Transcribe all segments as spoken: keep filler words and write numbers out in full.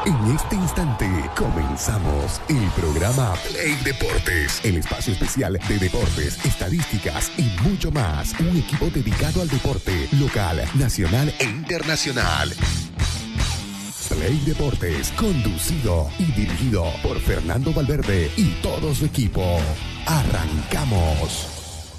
En este instante comenzamos el programa Play Deportes, el espacio especial de deportes, estadísticas y mucho más. Un equipo dedicado al deporte local, nacional e internacional. Play Deportes, conducido y dirigido por Fernando Valverde y todo su equipo. Arrancamos.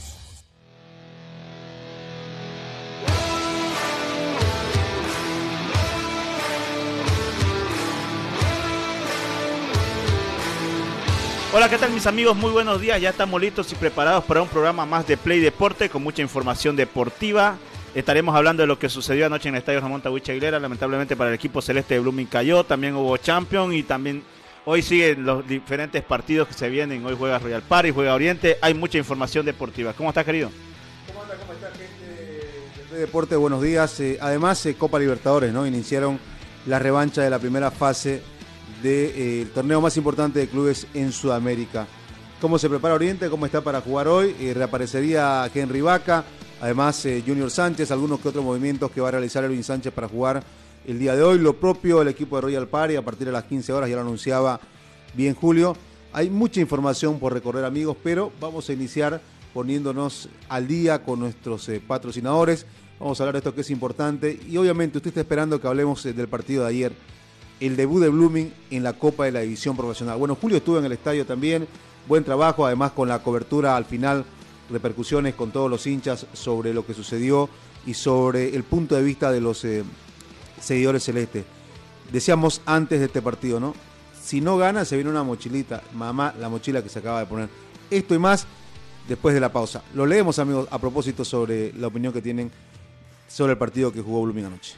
Hola, ¿qué tal mis amigos? Muy buenos días, ya estamos listos y preparados para un programa más de Play Deporte con mucha información deportiva. Estaremos hablando de lo que sucedió anoche en el Estadio Ramón Tahuichi Aguilera. Lamentablemente para el equipo celeste de Blooming cayó, también hubo Champions y también hoy siguen los diferentes partidos que se vienen. Hoy juega Royal Party, juega Oriente, hay mucha información deportiva. ¿Cómo estás, querido? ¿Cómo anda? ¿Cómo está, gente del Play Deporte? Buenos días. Eh, además, eh, Copa Libertadores, ¿no? Iniciaron la revancha de la primera fase del de, eh, torneo más importante de clubes en Sudamérica. ¿Cómo se prepara Oriente? ¿Cómo está para jugar hoy? Eh, reaparecería Henry Vaca, además eh, Junior Sánchez, algunos que otros movimientos que va a realizar Erwin Sánchez para jugar el día de hoy. Lo propio el equipo de Royal Party a partir de las quince horas, ya lo anunciaba bien Julio. Hay mucha información por recorrer, amigos, pero vamos a iniciar poniéndonos al día con nuestros eh, patrocinadores. Vamos a hablar de esto que es importante y obviamente usted está esperando que hablemos eh, del partido de ayer, el debut de Blooming en la Copa de la División Profesional. Bueno, Julio estuvo en el estadio también, buen trabajo, además con la cobertura al final, repercusiones con todos los hinchas sobre lo que sucedió y sobre el punto de vista de los eh, seguidores celestes. Decíamos antes de este partido, ¿no? Si no gana, se viene una mochilita, mamá, la mochila que se acaba de poner. Esto y más después de la pausa. Lo leemos, amigos, a propósito sobre la opinión que tienen sobre el partido que jugó Blooming anoche.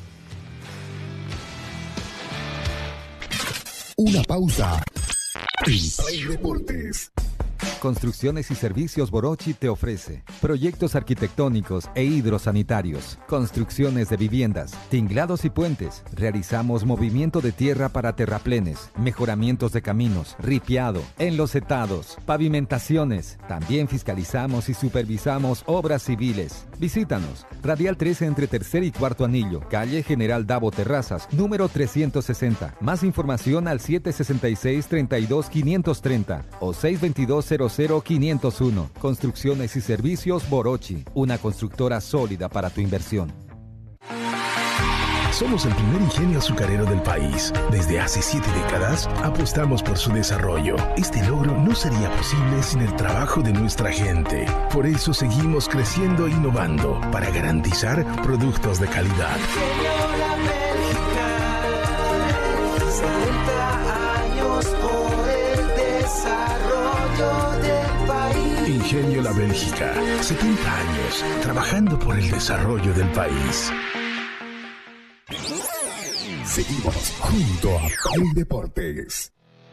Una pausa en Play Deportes. Construcciones y Servicios Borochi te ofrece proyectos arquitectónicos e hidrosanitarios, construcciones de viviendas, tinglados y puentes. Realizamos movimiento de tierra para terraplenes, mejoramientos de caminos, ripiado, enlosetados, pavimentaciones. También fiscalizamos y supervisamos obras civiles. Visítanos, Radial trece entre tercer y cuarto anillo, calle General Davo Terrazas, número trescientos sesenta. Más información al siete seis seis, tres dos, cinco tres cero o seis dos dos, cero cero cinco cero uno. Construcciones y Servicios Borochi, una constructora sólida para tu inversión. Somos el primer ingenio azucarero del país. Desde hace siete décadas apostamos por su desarrollo. Este logro no sería posible sin el trabajo de nuestra gente. Por eso seguimos creciendo e innovando para garantizar productos de calidad. Ingenio La Bélgica, setenta años trabajando por el desarrollo del país. Seguimos junto a Play Deportes.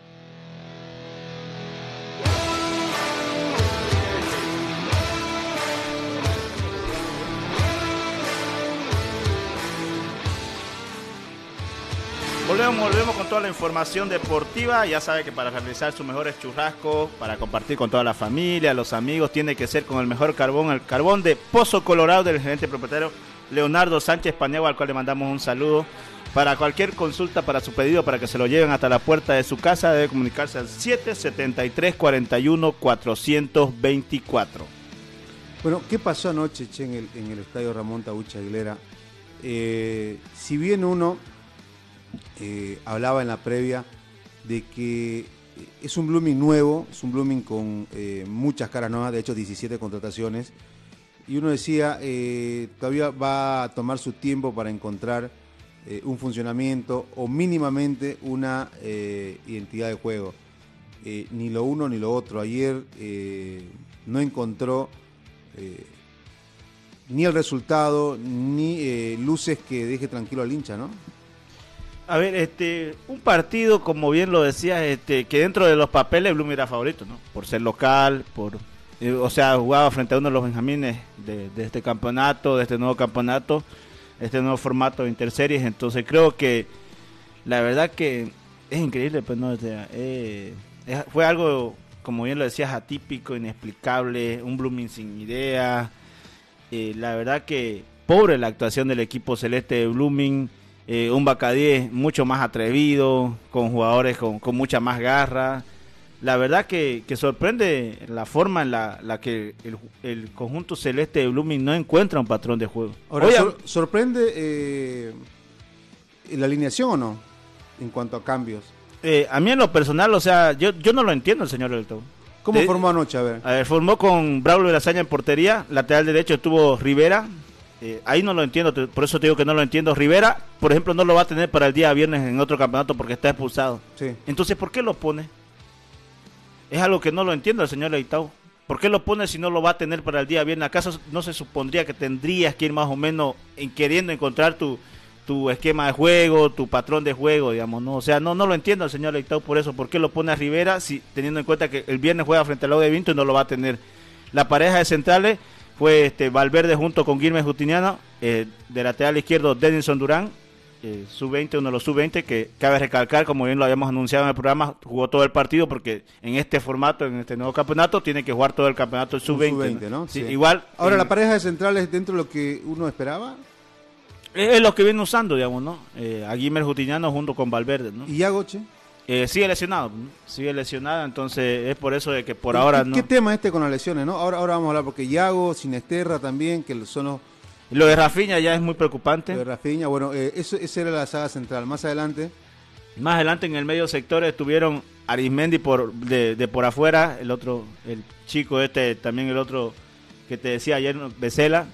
Volvemos, volvemos con toda la información deportiva. Ya sabe que para realizar sus mejores churrascos, para compartir con toda la familia, los amigos, tiene que ser con el mejor carbón, el carbón de Pozo Colorado del gerente propietario Leonardo Sánchez Paniagua, al cual le mandamos un saludo. Para cualquier consulta, para su pedido, para que se lo lleven hasta la puerta de su casa, debe comunicarse al siete siete tres, cuatro uno, cuatro dos cuatro. Bueno, ¿qué pasó anoche, che, en el, en el estadio Ramón Tahuichi Aguilera? Eh, si bien uno eh, hablaba en la previa de que es un Blooming nuevo, es un Blooming con eh, muchas caras nuevas, de hecho diecisiete contrataciones, y uno decía, eh, todavía va a tomar su tiempo para encontrar Eh, un funcionamiento o mínimamente una eh, identidad de juego. Eh, ni lo uno ni lo otro. Ayer eh, no encontró eh, ni el resultado ni eh, luces que deje tranquilo al hincha, ¿no? A ver, este, un partido, como bien lo decías, este, que dentro de los papeles Blooming era favorito, ¿no? Por ser local, por, eh, o sea, jugaba frente a uno de los benjamines de, de este campeonato, de este nuevo campeonato, este nuevo formato de interseries. Entonces creo que la verdad que es increíble, pues no, o sea, eh, es, fue algo, como bien lo decías, atípico, inexplicable, un Blooming sin idea. Eh, la verdad que pobre la actuación del equipo celeste de Blooming. eh, un Bacadíes mucho más atrevido, con jugadores con, con mucha más garra. La verdad que, que sorprende la forma en la, la que el, el conjunto celeste de Blooming no encuentra un patrón de juego. Ahora, Oye, sor- ¿sorprende eh, la alineación o no? En cuanto a cambios. eh, a mí en lo personal, o sea, yo, yo no lo entiendo el señor Elton. ¿Cómo Eh, formó anoche? A ver. A ver, formó con Braulio Verazaña en portería, lateral derecho estuvo Rivera, eh, ahí no lo entiendo, te- por eso te digo que no lo entiendo. Rivera, por ejemplo, no lo va a tener para el día viernes en otro campeonato porque está expulsado. Sí. Entonces, ¿por qué lo pone? Es algo que no lo entiendo el señor Leitao. ¿Por qué lo pone si no lo va a tener para el día viernes? ¿Acaso no se supondría que tendrías que ir más o menos en queriendo encontrar tu, tu esquema de juego, tu patrón de juego, digamos, ¿no? O sea, no no lo entiendo el señor Leitao por eso. ¿Por qué lo pone a Rivera si teniendo en cuenta que el viernes juega frente al Lago de Vinto y no lo va a tener? La pareja de centrales fue este Valverde junto con Guilherme Justiniano, eh, de lateral izquierdo Denison Durán, eh, sub veinte, uno de los sub veinte, que cabe recalcar, como bien lo habíamos anunciado en el programa, jugó todo el partido porque en este formato, en este nuevo campeonato, tiene que jugar todo el campeonato el sub veinte. sub veinte, ¿no? Sí, Sí. igual. Ahora, eh, ¿la pareja de centrales dentro de lo que uno esperaba? es, es lo que viene usando, digamos, ¿no? Eh, a Guilherme Justiniano junto con Valverde, ¿no? ¿Y Yagoche? Eh, sigue lesionado, ¿no? Sigue lesionado, entonces es por eso de que por ahora ¿Qué, no. ¿Qué tema este con las lesiones, no? Ahora, ahora vamos a hablar porque Yago, Sinesterra también, que son los Lo de Rafinha ya es muy preocupante. de Rafinha. Bueno, eh, eso, esa era la saga central. Más adelante, Más adelante en el medio sector estuvieron Arismendi por de, de por afuera, el otro, el chico este, también el otro que te decía ayer, Becela,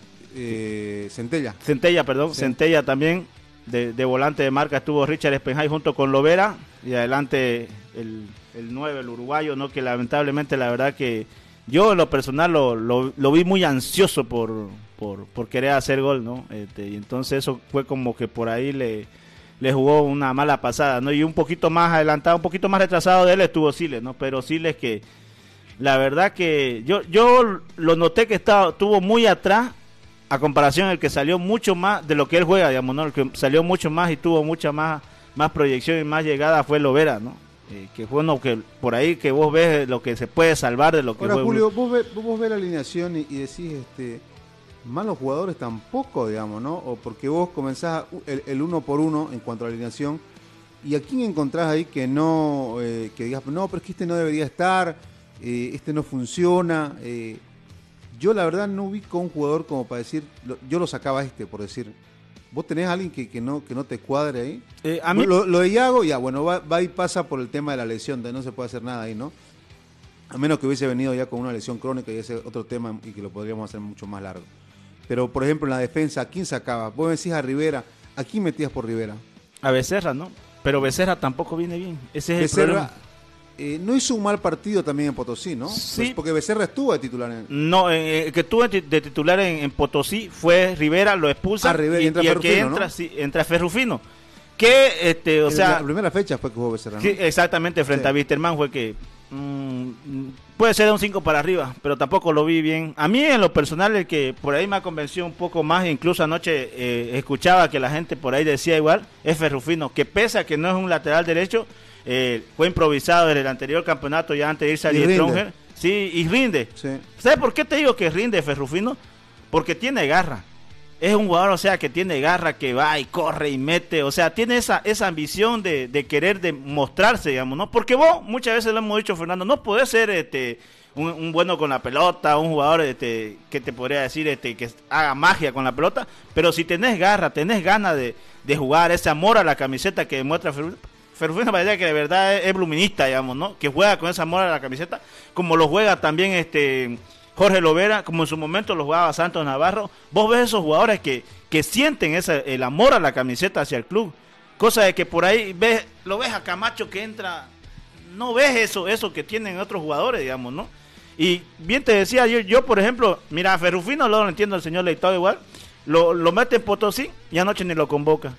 eh, Centella. Centella, perdón, Sí. Centella también, de, de volante de marca estuvo Richard Spenjay junto con Lovera, y adelante el, el nueve, el uruguayo, ¿no? Que lamentablemente la verdad que yo en lo personal lo, lo, lo vi muy ansioso por, por, por querer hacer gol, ¿no? Este, y entonces eso fue como que por ahí le, le jugó una mala pasada, ¿no? Y un poquito más adelantado, un poquito más retrasado de él estuvo Siles, ¿no? Pero Siles que la verdad que yo, yo lo noté que estaba, estuvo muy atrás a comparación el que salió mucho más de lo que él juega, digamos, ¿no? El que salió mucho más y tuvo mucha más, más proyección y más llegada fue Lovera, ¿no? Eh, que fue uno que por ahí que vos ves lo que se puede salvar de lo que Ahora, juega. Julio, vos ves, vos ves la alineación y, y decís, este, malos jugadores tampoco, digamos, ¿no? O porque vos comenzás el, el uno por uno en cuanto a la alineación, y a quién encontrás ahí que no, eh, que digas, no, pero es que este no debería estar, eh, este no funciona. eh. Yo la verdad no ubico a un jugador como para decir, lo- yo lo sacaba a este, por decir. ¿Vos tenés a alguien que, que no que no te cuadre ahí? Eh, a mí, Lo, lo de Iago, ya, bueno, va, va y pasa por el tema de la lesión, de no se puede hacer nada ahí, ¿no? A menos que hubiese venido ya con una lesión crónica y ese otro tema y que lo podríamos hacer mucho más largo. Pero, por ejemplo, en la defensa, ¿a quién sacaba? Vos decís a Rivera, ¿a quién metías por Rivera? a Becerra, ¿no? Pero Becerra tampoco viene bien. Ese es el Becerra problema. eh, no hizo un mal partido también en Potosí, ¿no? Sí. Pues porque Becerra estuvo de titular en... No, eh, el que tuvo de de titular en, en Potosí fue Rivera, lo expulsa Ah, Rivera, y y, entra y el que Ferrufino, entra, ¿no? sí, entra Ferrufino. Que, este, o en sea, la primera fecha fue que jugó Becerra, ¿no? sí, exactamente, frente Sí. a Wisterman fue que mm, puede ser de un cinco para arriba, pero tampoco lo vi bien. A mí en lo personal el que por ahí me ha convencido un poco más, incluso anoche eh, escuchaba que la gente por ahí decía igual, es Ferrufino, que pese a que no es un lateral derecho, eh, fue improvisado desde el anterior campeonato ya antes de irse a Y rinde. Stronger, sí, y rinde. Sí. ¿Sabes por qué te digo que rinde Ferrufino? Porque tiene garra. Es un jugador, o sea, que tiene garra, que va y corre y mete, o sea, tiene esa esa ambición de, de querer demostrarse, digamos, ¿no? Porque vos, muchas veces lo hemos dicho, Fernando, no podés ser este un, un bueno con la pelota, un jugador este que te podría decir este que haga magia con la pelota, pero si tenés garra, tenés ganas de, de jugar, ese amor a la camiseta que demuestra Ferrufino, Ferrufino parece que de verdad es, es bluminista, digamos, ¿no? Que juega con ese amor a la camiseta, como lo juega también este Jorge Lovera, como en su momento lo jugaba Santos Navarro. Vos ves esos jugadores que, que sienten ese, el amor a la camiseta hacia el club. Cosa de que por ahí ves, lo ves a Camacho que entra, no ves eso, eso que tienen otros jugadores, digamos, ¿no? Y bien te decía, yo, yo por ejemplo, mira, a Ferrufino no lo entiendo el señor Leitao igual, lo, lo mete en Potosí y anoche ni lo convoca.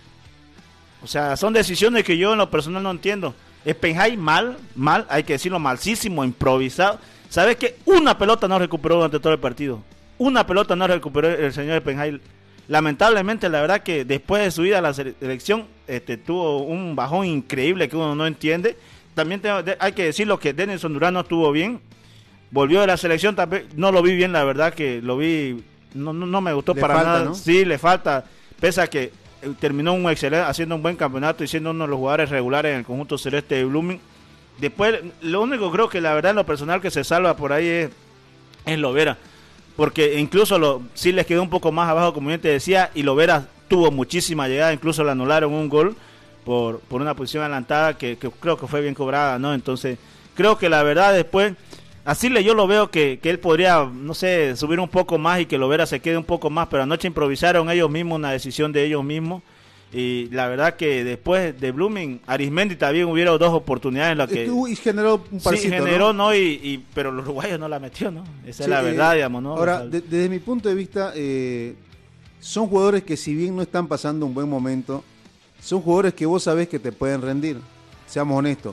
O sea, son decisiones que yo en lo personal no entiendo. Spenjay mal, mal, hay que decirlo, malísimo, improvisado. ¿Sabes qué? Una pelota no recuperó durante todo el partido. Una pelota no recuperó el señor Spenjay. Lamentablemente, la verdad que después de su ida a la selección, este, tuvo un bajón increíble que uno no entiende. También tengo, de, hay que decirlo que Denison Durán no estuvo bien. Volvió de la selección, también no lo vi bien, la verdad que lo vi, no, no, no me gustó Le para falta, nada. ¿no? Sí, le falta, pese a que terminó un excelente, haciendo un buen campeonato y siendo uno de los jugadores regulares en el conjunto celeste de Blooming. Después, lo único creo que la verdad en lo personal que se salva por ahí es, es Lovera, porque incluso lo, sí les quedó un poco más abajo, como yo te decía, y Lovera tuvo muchísima llegada, incluso le anularon un gol por, por una posición adelantada que, que creo que fue bien cobrada, ¿no? Entonces, creo que la verdad después, así le yo lo veo que, que él podría, no sé, subir un poco más y que Lovera se quede un poco más, pero anoche improvisaron ellos mismos, una decisión de ellos mismos. Y la verdad que después de Blooming, Arismendi también hubieron dos oportunidades en las que... Estuvo y generó un parcito, sí, generó, ¿no? ¿no? Y, y, pero los uruguayos no la metió, ¿no? Esa Sí, es la verdad, eh, digamos, ¿no? Ahora, O sea, de, desde mi punto de vista, eh, son jugadores que si bien no están pasando un buen momento, son jugadores que vos sabés que te pueden rendir, seamos honestos.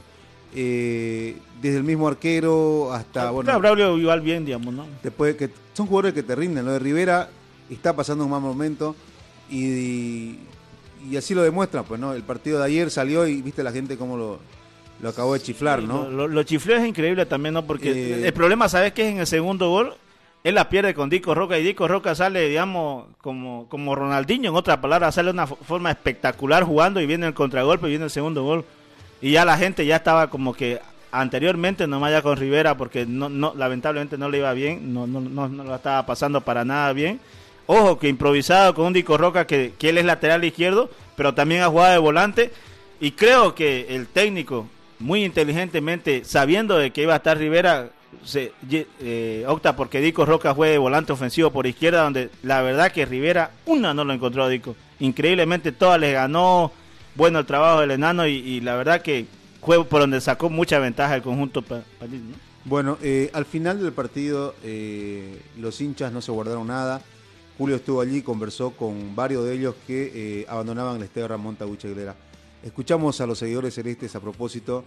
Eh, desde el mismo arquero hasta... bueno, claro, Braulio igual bien, digamos, ¿no? te puede, que son jugadores que te rinden. Lo de Rivera está pasando un mal momento y... y Y así lo demuestra, pues, ¿no? El partido de ayer salió y viste la gente cómo lo, lo acabó de chiflar, ¿no? Lo, lo, lo chifleo es increíble también, ¿no? Porque Eh, el problema, ¿sabes qué es? En el segundo gol, él la pierde con Dico Roca y Dico Roca sale, digamos, como, como Ronaldinho, en otra palabra, sale de una forma espectacular jugando y viene el contragolpe y viene el segundo gol. Y ya la gente ya estaba como que anteriormente nomás ya con Rivera, porque no, no, lamentablemente no le iba bien, no, no, no, no lo estaba pasando para nada bien. Ojo, que improvisado con un Dico Roca, que, que él es lateral izquierdo, pero también ha jugado de volante. Y creo que el técnico, muy inteligentemente, sabiendo de que iba a estar Rivera, se eh, opta porque Dico Roca juegue de volante ofensivo por izquierda, donde la verdad que Rivera, una no lo encontró a Dico. Increíblemente todas les ganó, bueno el trabajo del enano, y, y la verdad que fue por donde sacó mucha ventaja el conjunto palino, ¿no? Bueno, eh, al final del partido eh, los hinchas no se guardaron nada. Julio estuvo allí, conversó con varios de ellos que eh, abandonaban el estadio Ramón Tahuichi Aguilera. Escuchamos a los seguidores celestes a propósito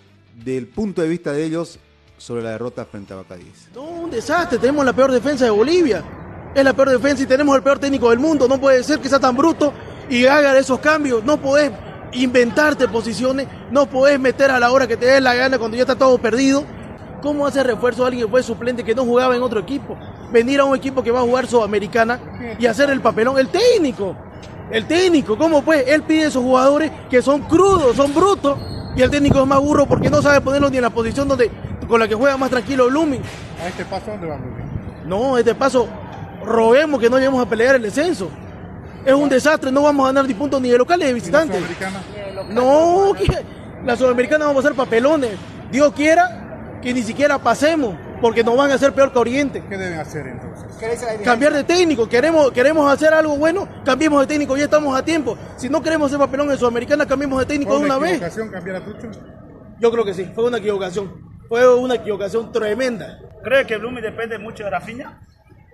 del punto de vista de ellos sobre la derrota frente a Bacadíes. No, un desastre, tenemos la peor defensa de Bolivia. Es la peor defensa y tenemos el peor técnico del mundo. No puede ser que sea tan bruto y haga esos cambios. No podés inventarte posiciones, no podés meter a la hora que te dé la gana cuando ya está todo perdido. ¿Cómo hace refuerzo a alguien que fue suplente que no jugaba en otro equipo? Venir a un equipo que va a jugar Sudamericana y hacer el papelón. El técnico, el técnico, ¿cómo pues? Él pide a esos jugadores que son crudos, son brutos, y el técnico es más burro porque no sabe ponerlos ni en la posición donde con la que juega más tranquilo Blooming. ¿A este paso dónde va Blooming? No, a este paso roguemos que no lleguemos a pelear el descenso. Es un desastre, no vamos a ganar ni puntos ni de locales ni de visitantes. ¿Y la Sudamericana? No, que la Sudamericana vamos a hacer papelones. Dios quiera que ni siquiera pasemos, porque nos van a hacer peor que Oriente. ¿Qué deben hacer entonces? Cambiar de técnico, queremos, queremos hacer algo bueno, cambiemos de técnico, ya estamos a tiempo. Si no queremos hacer papelón en Sudamericana, cambiemos de técnico de una vez. ¿Fue una equivocación cambiar a Tucho? Yo creo que sí, fue una equivocación. Fue una equivocación tremenda. ¿Cree que Blooming depende mucho de Rafinha?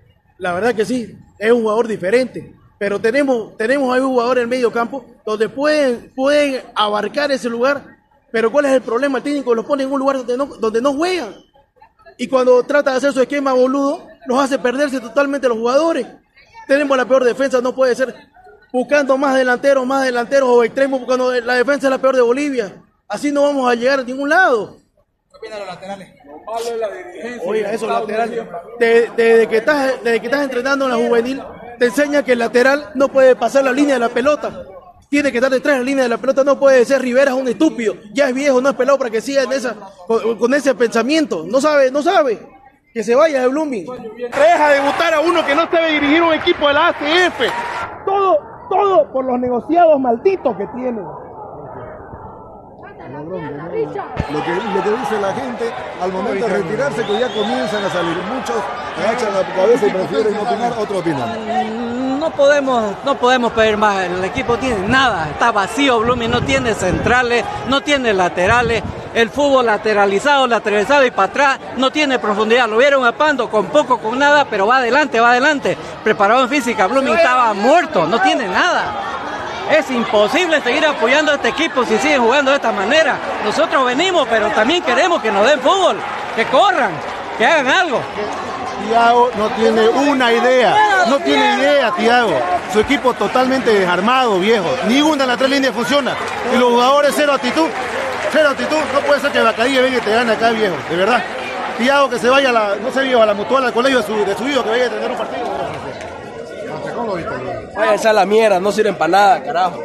La verdad que sí, es un jugador diferente. Pero tenemos, tenemos ahí un jugador en el medio campo donde pueden, pueden abarcar ese lugar. Pero ¿cuál es el problema? El técnico los pone en un lugar donde no, donde no juegan. Y cuando trata de hacer su esquema boludo, los hace perderse totalmente los jugadores. Tenemos la peor defensa, no puede ser buscando más delanteros, más delanteros o extremos, cuando la defensa es la peor de Bolivia. Así no vamos a llegar a ningún lado. ¿Qué opinan los laterales? Oiga, esos laterales. Desde, desde, que estás, desde que estás entrenando en la juvenil, te enseña que el lateral no puede pasar la línea de la pelota. Tiene que estar detrás de la línea de la pelota, no puede ser. Rivera es un estúpido, ya es viejo, no es pelado para que siga en esa, con, con ese pensamiento. No sabe, no sabe. Que se vaya de Blooming. Deja debutar a uno que no sabe dirigir un equipo de la A C F. Todo, todo por los negociados malditos que tienen. Lo que, lo que dice la gente al momento de retirarse, que ya comienzan a salir. Muchos agachan la cabeza y prefieren no opinar, otros opinan. No podemos, no podemos pedir más. El equipo tiene nada, está vacío. Blooming no tiene centrales, no tiene laterales. El fútbol lateralizado, lateralizado y para atrás, no tiene profundidad. Lo vieron a Pando con poco, con nada, pero va adelante, va adelante. Preparado en física, Blooming estaba muerto, no tiene nada. Es imposible seguir apoyando a este equipo si siguen jugando de esta manera. Nosotros venimos, pero también queremos que nos den fútbol, que corran, que hagan algo. Thiago no tiene una idea, no tiene idea Thiago. Su equipo totalmente desarmado, viejo. Ninguna de las tres líneas funciona. Y los jugadores cero actitud, cero actitud. No puede ser que Bacadí venga y te gane acá, viejo, de verdad. Thiago que se vaya a la, no sé, viejo, a la mutual, al colegio de su, de su hijo, que vaya a tener un partido. lo viste? Vaya, esa es la mierda, no sirven para nada, carajo.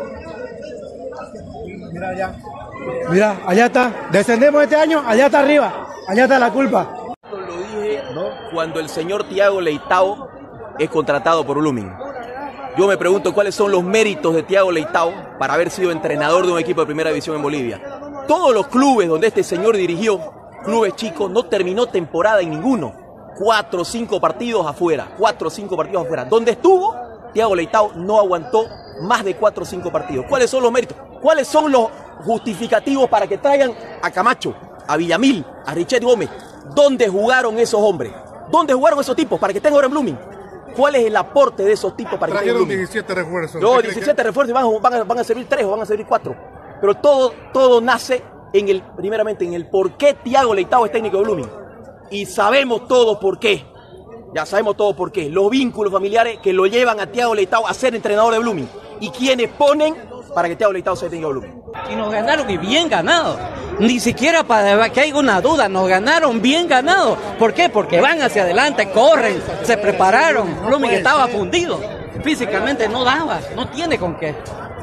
Mira allá. Mira, allá está. Descendemos este año, allá está arriba. Allá está la culpa. Lo dije cuando el señor Thiago Leitao es contratado por Blooming. Yo me pregunto cuáles son los méritos de Thiago Leitao para haber sido entrenador de un equipo de primera división en Bolivia. Todos los clubes donde este señor dirigió, clubes chicos, no terminó temporada en ninguno. Cuatro o cinco partidos afuera, cuatro o cinco partidos afuera. Donde estuvo, Thiago Leitao no aguantó más de cuatro o cinco partidos. ¿Cuáles son los méritos? ¿Cuáles son los justificativos para que traigan a Camacho, a Villamil, a Richet Gómez? ¿Dónde jugaron esos hombres? ¿Dónde jugaron esos tipos para que estén ahora en Blooming? ¿Cuál es el aporte de esos tipos para que estén en Blooming? diecisiete refuerzos. No, diecisiete refuerzos y van, van, a, van a servir tres o van a servir cuatro. Pero todo, todo nace en el, primeramente en el por qué Thiago Leitao es técnico de Blooming. Y sabemos todos por qué. Ya sabemos todos por qué. Los vínculos familiares que lo llevan a Thiago Leitao a ser entrenador de Blooming. Y quienes ponen para que Thiago Leitao sea técnico de Blooming. Y nos ganaron y bien ganado. Ni siquiera para que haya una duda, nos ganaron bien ganado. ¿Por qué? Porque van hacia adelante, corren, se prepararon. Blooming estaba fundido. Físicamente no daba, no tiene con qué.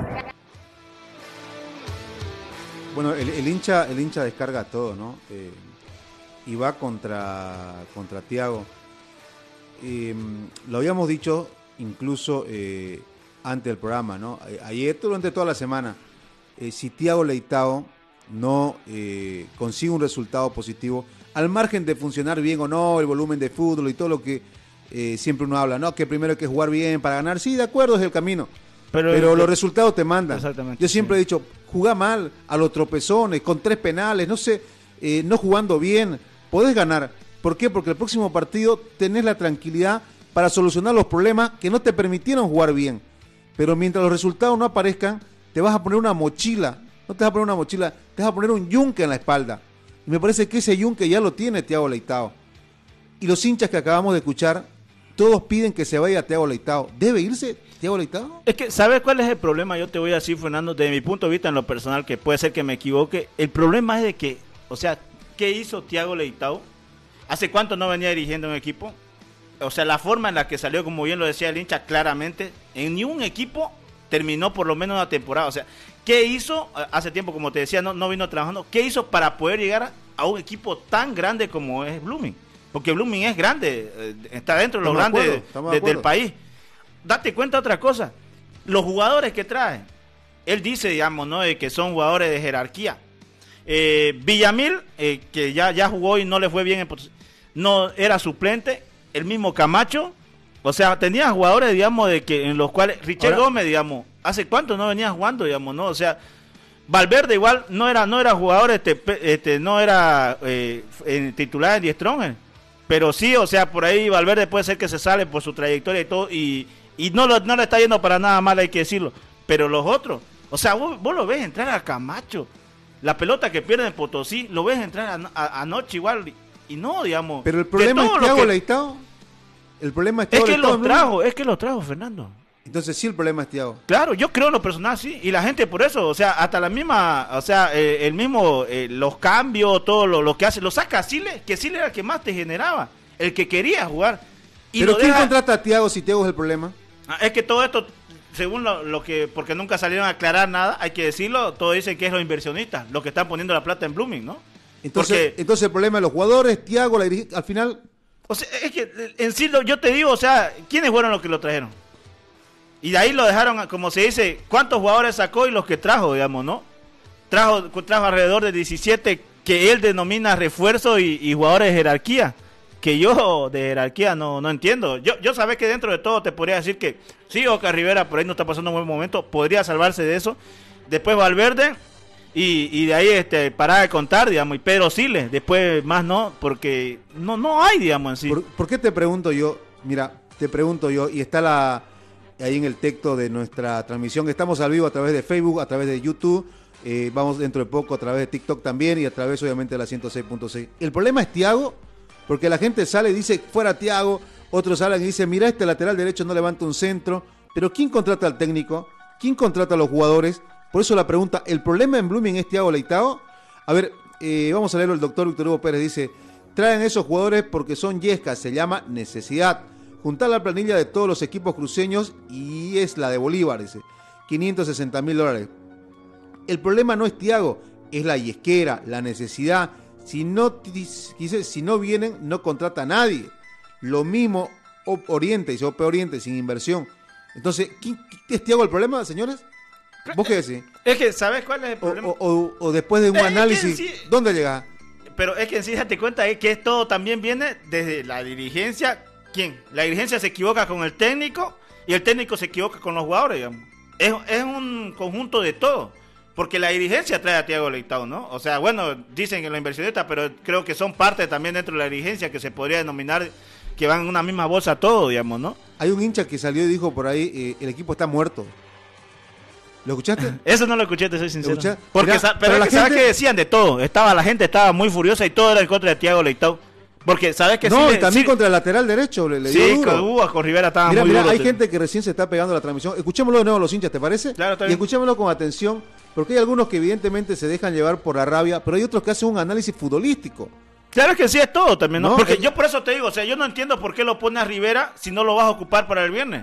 Bueno, el, el hincha el hincha descarga todo, ¿no? Eh, y va contra, contra Thiago. Eh, lo habíamos dicho incluso eh, antes del programa, ¿no? Eh, ayer, durante toda la semana, eh, si Thiago Leitao no eh, consigue un resultado positivo, al margen de funcionar bien o no, el volumen de fútbol y todo lo que eh, siempre uno habla, ¿no? Que primero hay que jugar bien para ganar. Sí, de acuerdo, es el camino. Pero, Pero los resultados te mandan. Exactamente. Yo siempre sí. he dicho, jugá mal, a los tropezones, con tres penales, no sé, eh, no jugando bien, podés ganar. ¿Por qué? Porque el próximo partido tenés la tranquilidad para solucionar los problemas que no te permitieron jugar bien. Pero mientras los resultados no aparezcan, te vas a poner una mochila. No te vas a poner una mochila, te vas a poner un yunque en la espalda. Y me parece que ese yunque ya lo tiene Thiago Leitao. Y los hinchas que acabamos de escuchar, todos piden que se vaya Thiago Leitao. ¿Debe irse Thiago Leitao? Es que, ¿sabes cuál es el problema? Yo te voy a decir, Fernando, desde mi punto de vista en lo personal, que puede ser que me equivoque. El problema es de que, o sea, ¿qué hizo Thiago Leitao? ¿Hace cuánto no venía dirigiendo un equipo? O sea, la forma en la que salió, como bien lo decía el hincha, claramente, en ni un equipo terminó por lo menos una temporada. O sea, ¿qué hizo? Hace tiempo, como te decía, no, no vino trabajando. ¿Qué hizo para poder llegar a un equipo tan grande como es Blooming? Porque Blooming es grande, eh, está dentro de los grandes de acuerdo, de, de del país. Date cuenta de otra cosa. Los jugadores que trae, él dice, digamos, ¿no? De que son jugadores de jerarquía. Eh, Villamil, eh, que ya, ya jugó y no le fue bien, en, no era suplente. El mismo Camacho, o sea, tenía jugadores, digamos, de que en los cuales Richel Gómez, digamos, hace cuánto no venía jugando, digamos, ¿no? O sea, Valverde igual no era no era jugador, este, este no era eh, en titular en Die Stronger, pero sí, o sea, por ahí Valverde puede ser que se sale por su trayectoria y todo, y, y no, lo, no le está yendo para nada mal, hay que decirlo, pero los otros, o sea, vos, vos lo ves entrar a Camacho, la pelota que pierde en Potosí, lo ves entrar a, a, anoche igual, y no, digamos. Pero el problema es Thiago que... Leitao. El problema es Thiago Es que Leitao, lo trajo, es que lo trajo, Fernando. Entonces sí, el problema es Thiago. Claro, yo creo en lo personal sí, y la gente por eso, o sea, hasta la misma, o sea, eh, el mismo, eh, los cambios, todo lo, lo que hace, lo saca Siles, que Siles era el que más te generaba, el que quería jugar. Y Pero ¿quién deja... contrata a Thiago si Thiago es el problema? Ah, es que todo esto, según lo, lo que, porque nunca salieron a aclarar nada, hay que decirlo, todos dicen que es los inversionistas, los que están poniendo la plata en Blooming, ¿no? Entonces, porque... entonces el problema de los jugadores, Thiago, la dirige... al final... O sea, es que en sí lo, yo te digo, o sea, ¿quiénes fueron los que lo trajeron? Y de ahí lo dejaron, como se dice, ¿cuántos jugadores sacó y los que trajo, digamos, no? Trajo, trajo alrededor de diecisiete que él denomina refuerzo y, y jugadores de jerarquía, que yo de jerarquía no, no entiendo. Yo, yo sabes que dentro de todo te podría decir que sí, Oscar Rivera por ahí no está pasando un buen momento, podría salvarse de eso. Después Valverde y, y de ahí este parar de contar, digamos, y Pedro Siles, después más no, porque no, no hay, digamos, en sí. ¿Por, ¿Por qué te pregunto yo? Mira, te pregunto yo, y está la... ahí en el texto de nuestra transmisión. Estamos al vivo a través de Facebook, a través de YouTube, eh, vamos dentro de poco a través de TikTok también y a través obviamente de la ciento seis punto seis. El problema es Thiago, porque la gente sale y dice fuera Thiago, otros salen y dicen mira este lateral derecho no levanta un centro, pero ¿quién contrata al técnico? ¿Quién contrata a los jugadores? Por eso la pregunta, ¿el problema en Blooming es Thiago Leitao? A ver, eh, vamos a leerlo, el doctor Víctor Hugo Pérez dice, traen esos jugadores porque son yescas, se llama necesidad. juntar la planilla de todos los equipos cruceños y es la de Bolívar, dice, quinientos sesenta mil dólares. El problema no es Thiago, es la yesquera, la necesidad. Si no, dice, si no vienen, no contrata a nadie. Lo mismo Oriente, dice O P Oriente, sin inversión. Entonces, ¿quién, ¿es Thiago el problema, señores? ¿Vos qué decís? Es que, ¿sabes cuál es el problema? O, o, o después de un es análisis, sí, ¿dónde llegás? Pero es que en sí, date cuenta es que esto también viene desde la dirigencia. ¿Quién? La dirigencia se equivoca con el técnico y el técnico se equivoca con los jugadores, digamos. Es, es un conjunto de todo. Porque la dirigencia trae a Thiago Leitao, ¿no? O sea, bueno, dicen que los inversionistas, pero creo que son parte también dentro de la dirigencia que se podría denominar que van en una misma bolsa todo, digamos, ¿no? Hay un hincha que salió y dijo por ahí, eh, el equipo está muerto. ¿Lo escuchaste? Eso no lo escuché, te soy sincero. Porque Mirá, pero, pero es que gente... sabes que decían de todo. Estaba la gente estaba muy furiosa y todo era en contra de Thiago Leitao. Porque sabes que no, sí, y también sí, contra el lateral derecho le, le sí, dio duro. con Hugo, con Rivera estaba mirá, muy mirá, duro. Hay gente que recién se está pegando la transmisión. Escuchémoslo de nuevo los hinchas, ¿te parece? Claro, está bien. Y escuchémoslo con atención, porque hay algunos que evidentemente se dejan llevar por la rabia, pero hay otros que hacen un análisis futbolístico. Claro que sí es todo también, ¿no? No, Porque es... yo por eso te digo, o sea, yo no entiendo por qué lo pone a Rivera si no lo vas a ocupar para el viernes.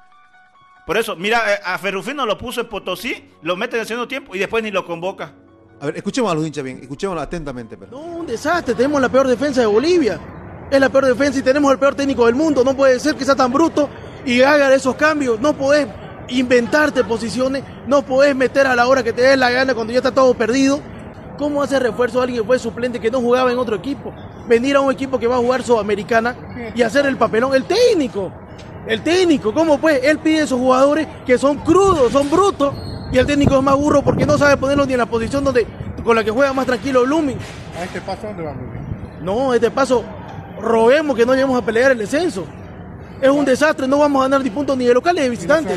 Por eso, mira, a Ferrufino lo puso en Potosí, lo mete en el segundo tiempo y después ni lo convoca. A ver, escuchemos a los hinchas bien, escuchémoslo atentamente. Pero. No, un desastre, tenemos la peor defensa de Bolivia. Es la peor defensa y tenemos el peor técnico del mundo. No puede ser que sea tan bruto y haga esos cambios. No podés inventarte posiciones, no podés meter a la hora que te dé la gana cuando ya está todo perdido. ¿Cómo hace refuerzo a alguien que fue suplente que no jugaba en otro equipo? Venir a un equipo que va a jugar Sudamericana y hacer el papelón. El técnico, el técnico, ¿cómo pues? Él pide a esos jugadores que son crudos, son brutos, y el técnico es más burro porque no sabe ponerlos ni en la posición donde con la que juega más tranquilo Blooming. ¿A este paso dónde vamos? No, a este paso roguemos que no lleguemos a pelear el descenso. Es un desastre, no vamos a ganar ni puntos ni de locales ni de visitantes.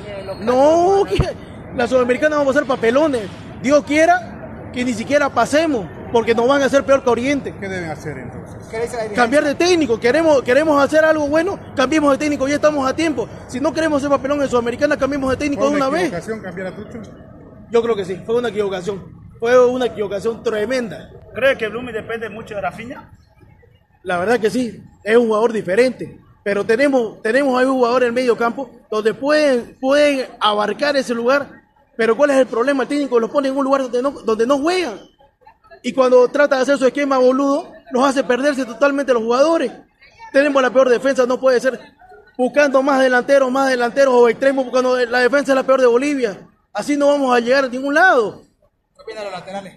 No, ¿qué? La Sudamericana vamos a hacer papelones. Dios quiera que ni siquiera pasemos, porque nos van a hacer peor que Oriente. ¿Qué deben hacer entonces? Cambiar de técnico. Queremos, queremos hacer algo bueno, cambiemos de técnico, ya estamos a tiempo. Si no queremos hacer papelón en Sudamericana, cambiemos de técnico de una vez. ¿Fue una equivocación cambiar a Tucho? Yo creo que sí, fue una equivocación. Fue una equivocación tremenda. ¿Cree que Blooming depende mucho de Rafinha? La verdad que sí, es un jugador diferente. Pero tenemos, tenemos ahí un jugador en el medio campo donde pueden, pueden abarcar ese lugar. Pero ¿cuál es el problema? El técnico los pone en un lugar donde no, donde no juegan. Y cuando trata de hacer su esquema boludo, los hace perderse totalmente los jugadores. Tenemos la peor defensa, no puede ser buscando más delanteros, más delanteros o extremos, buscando la defensa es la peor de Bolivia. Así no vamos a llegar a ningún lado. ¿Qué opinan los laterales?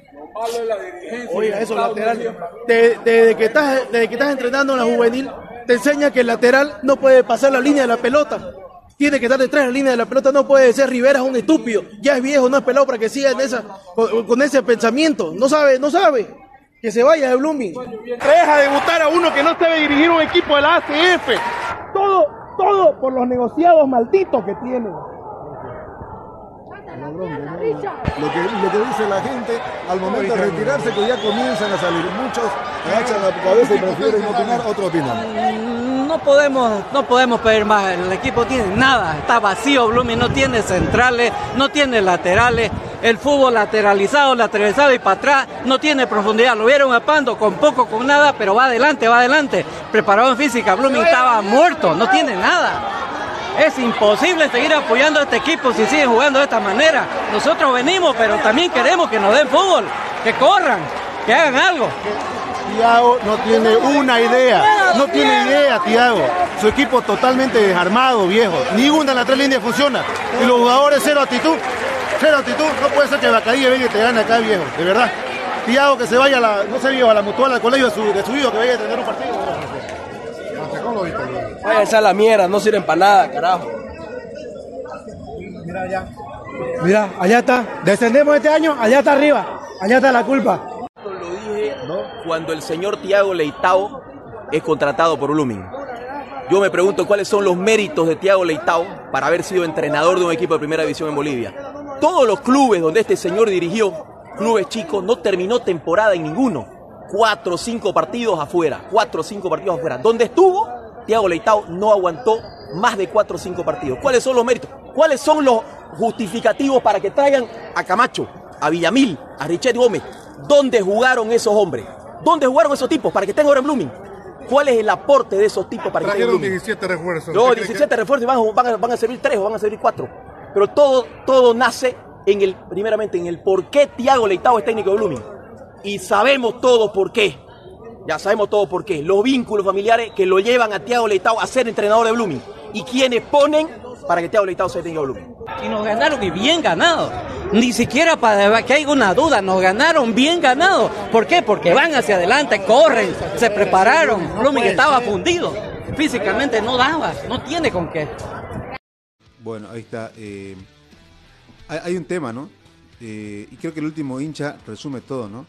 Oiga, esos laterales. Desde, desde, que estás, desde que estás entrenando en la juvenil, te enseña que el lateral no puede pasar la línea de la pelota. Tiene que estar detrás de la línea de la pelota, no puede ser. Rivera es un estúpido, ya es viejo, no es pelado para que siga en esa, con, con ese pensamiento. No sabe, no sabe. Que se vaya de Blooming. Deja debutar a uno que no sabe dirigir un equipo de la A C F. Todo, todo por los negociados malditos que tiene. Lo que, lo que dice la gente al momento de retirarse, que ya comienzan a salir. Muchos agachan la cabeza y prefieren opinar, otros opinan. No podemos, no podemos pedir más. El equipo tiene nada, está vacío. Blooming no tiene centrales, no tiene laterales. El fútbol lateralizado, lateralizado y para atrás, no tiene profundidad. Lo vieron a Pando con poco, con nada, pero va adelante, va adelante. Preparado en física, Blooming estaba muerto, no tiene nada. Es imposible seguir apoyando a este equipo si siguen jugando de esta manera. Nosotros venimos, pero también queremos que nos den fútbol, que corran, que hagan algo. Thiago no tiene una idea, no tiene idea Thiago. Su equipo totalmente desarmado, viejo. Ninguna de las tres líneas funciona. Y los jugadores cero actitud, cero actitud. No puede ser que Bacadilla venga y te gane acá, viejo, de verdad. Thiago que se vaya a la, no se vaya a la mutual, al colegio de su, de su hijo, que vaya a tener un partido. Váyanse a la mierda, no sirven para nada, carajo. Mira allá. Mira, allá está. Descendemos este año, allá está arriba. Allá está la culpa. Lo dije cuando el señor Thiago Leitao es contratado por Blooming. Yo me pregunto cuáles son los méritos de Thiago Leitao para haber sido entrenador de un equipo de primera división en Bolivia. Todos los clubes donde este señor dirigió, clubes chicos, no terminó temporada en ninguno. Cuatro o cinco partidos afuera, cuatro o cinco partidos afuera. Donde estuvo, Thiago Leitao no aguantó más de cuatro o cinco partidos. ¿Cuáles son los méritos? ¿Cuáles son los justificativos para que traigan a Camacho, a Villamil, a Richet Gómez? ¿Dónde jugaron esos hombres? ¿Dónde jugaron esos tipos para que estén ahora en Blooming? ¿Cuál es el aporte de esos tipos para que Trajeron estén en Blooming? diecisiete refuerzos. No, ¿Usted cree diecisiete refuerzos, van, a- van, a- van a servir tres o van a servir cuatro. Pero todo, todo nace en el, primeramente en el por qué Thiago Leitao es técnico de Blooming. Y sabemos todo por qué. Ya sabemos todo por qué. Los vínculos familiares que lo llevan a Thiago Leitao a ser entrenador de Blooming. Y quienes ponen para que Thiago Leitao sea técnico de Blooming. Y nos ganaron y bien ganado. Ni siquiera para que haya una duda, nos ganaron bien ganado. ¿Por qué? Porque van hacia adelante, corren, se prepararon. Blooming estaba fundido. Físicamente no daba, no tiene con qué. Bueno, ahí está. eh, hay, hay un tema, ¿no? Eh, y creo que el último hincha resume todo, ¿no?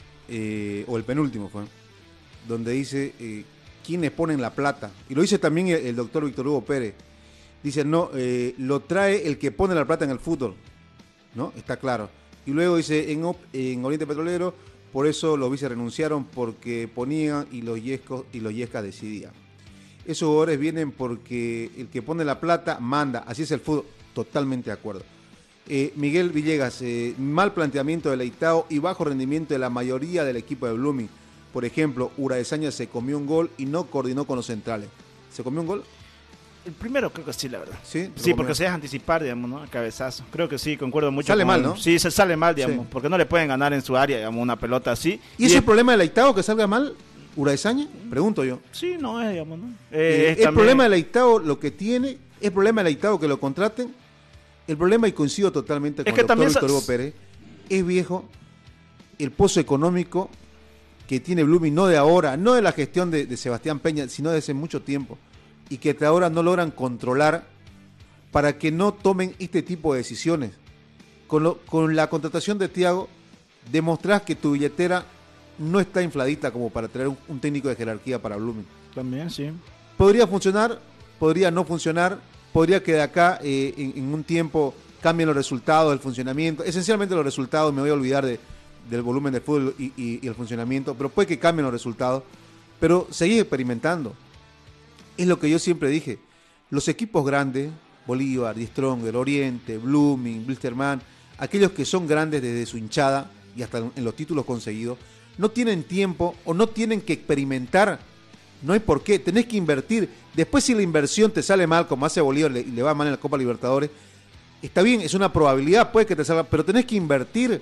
Eh, o el penúltimo fue, donde dice eh, quiénes ponen la plata. Y lo dice también el, el doctor Víctor Hugo Pérez. Dice, no, eh, lo trae el que pone la plata en el fútbol, ¿no? Está claro. Y luego dice, en, Op- en Oriente Petrolero, por eso los vice renunciaron, porque ponían y los yescos y los yescas decidían. Esos jugadores vienen porque el que pone la plata manda, así es el fútbol. Totalmente de acuerdo. Eh, Miguel Villegas, eh, mal planteamiento de Leitao y bajo rendimiento de la mayoría del equipo de Blooming. Por ejemplo, Uraesaña se comió un gol y no coordinó con los centrales. ¿Se comió un gol? El primero creo que sí, la verdad. Sí, Sí, porque se deja anticipar, digamos, ¿no? El cabezazo. Creo que sí, concuerdo mucho. Sale con mal, él. ¿no? Sí, se sale mal, digamos, Sí. porque no le pueden ganar en su área, digamos, una pelota así. ¿Y es el problema de Leitao que salga mal, Uraesaña? Pregunto yo. Sí, no es, digamos, ¿no? Eh, Eh, es el también- problema de Leitao lo que tiene, el problema de Leitao que lo contraten, el problema, y coincido totalmente con Es que el doctor también Víctor sa- Hugo Pérez, es viejo el pozo económico que tiene Blooming, no de ahora, no de la gestión de, de Sebastián Peña, sino de hace mucho tiempo, y que hasta ahora no logran controlar para que no tomen este tipo de decisiones. Con, lo- con la contratación de Thiago, demostrás que tu billetera no está infladita como para traer un, un técnico de jerarquía para Blooming. También, sí. Podría funcionar, podría no funcionar, podría que de acá eh, en, en un tiempo cambien los resultados, el funcionamiento, esencialmente los resultados, me voy a olvidar de, del volumen del fútbol y, y- y el funcionamiento, pero puede que cambien los resultados, pero seguir experimentando. Es lo que yo siempre dije, los equipos grandes, Bolívar, Die Stronger, Oriente, Blooming, Blisterman, aquellos que son grandes desde su hinchada y hasta en los títulos conseguidos, no tienen tiempo o no tienen que experimentar. No hay por qué, tenés que invertir. Después si la inversión te sale mal, como hace Bolívar y le va mal en la Copa Libertadores, está bien, es una probabilidad, puede que te salga, pero tenés que invertir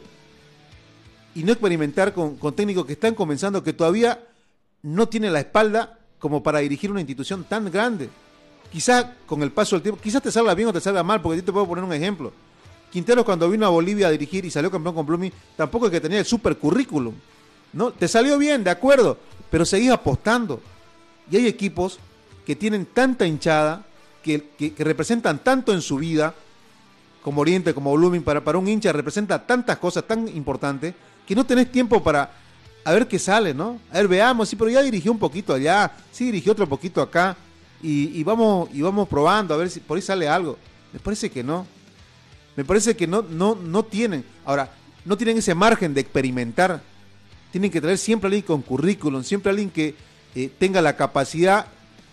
y no experimentar con, con técnicos que están comenzando, que todavía no tienen la espalda como para dirigir una institución tan grande. Quizás con el paso del tiempo, quizás te salga bien o te salga mal, porque yo te puedo poner un ejemplo. Quinteros cuando vino a Bolivia a dirigir y salió campeón con Blooming, tampoco es que tenía el super currículum, ¿no? Te salió bien, de acuerdo, pero seguís apostando. Y hay equipos que tienen tanta hinchada, que, que, que representan tanto en su vida, como Oriente, como Blooming, para, para un hincha representa tantas cosas tan importantes, que no tenés tiempo para a ver qué sale, ¿no? A ver, veamos, sí, pero ya dirigió un poquito allá, sí dirigió otro poquito acá, y, y vamos y vamos probando, a ver si por ahí sale algo. Me parece que no. Me parece que no, no, no tienen. Ahora, no tienen ese margen de experimentar. Tienen que traer siempre a alguien con currículum, siempre a alguien que eh, tenga la capacidad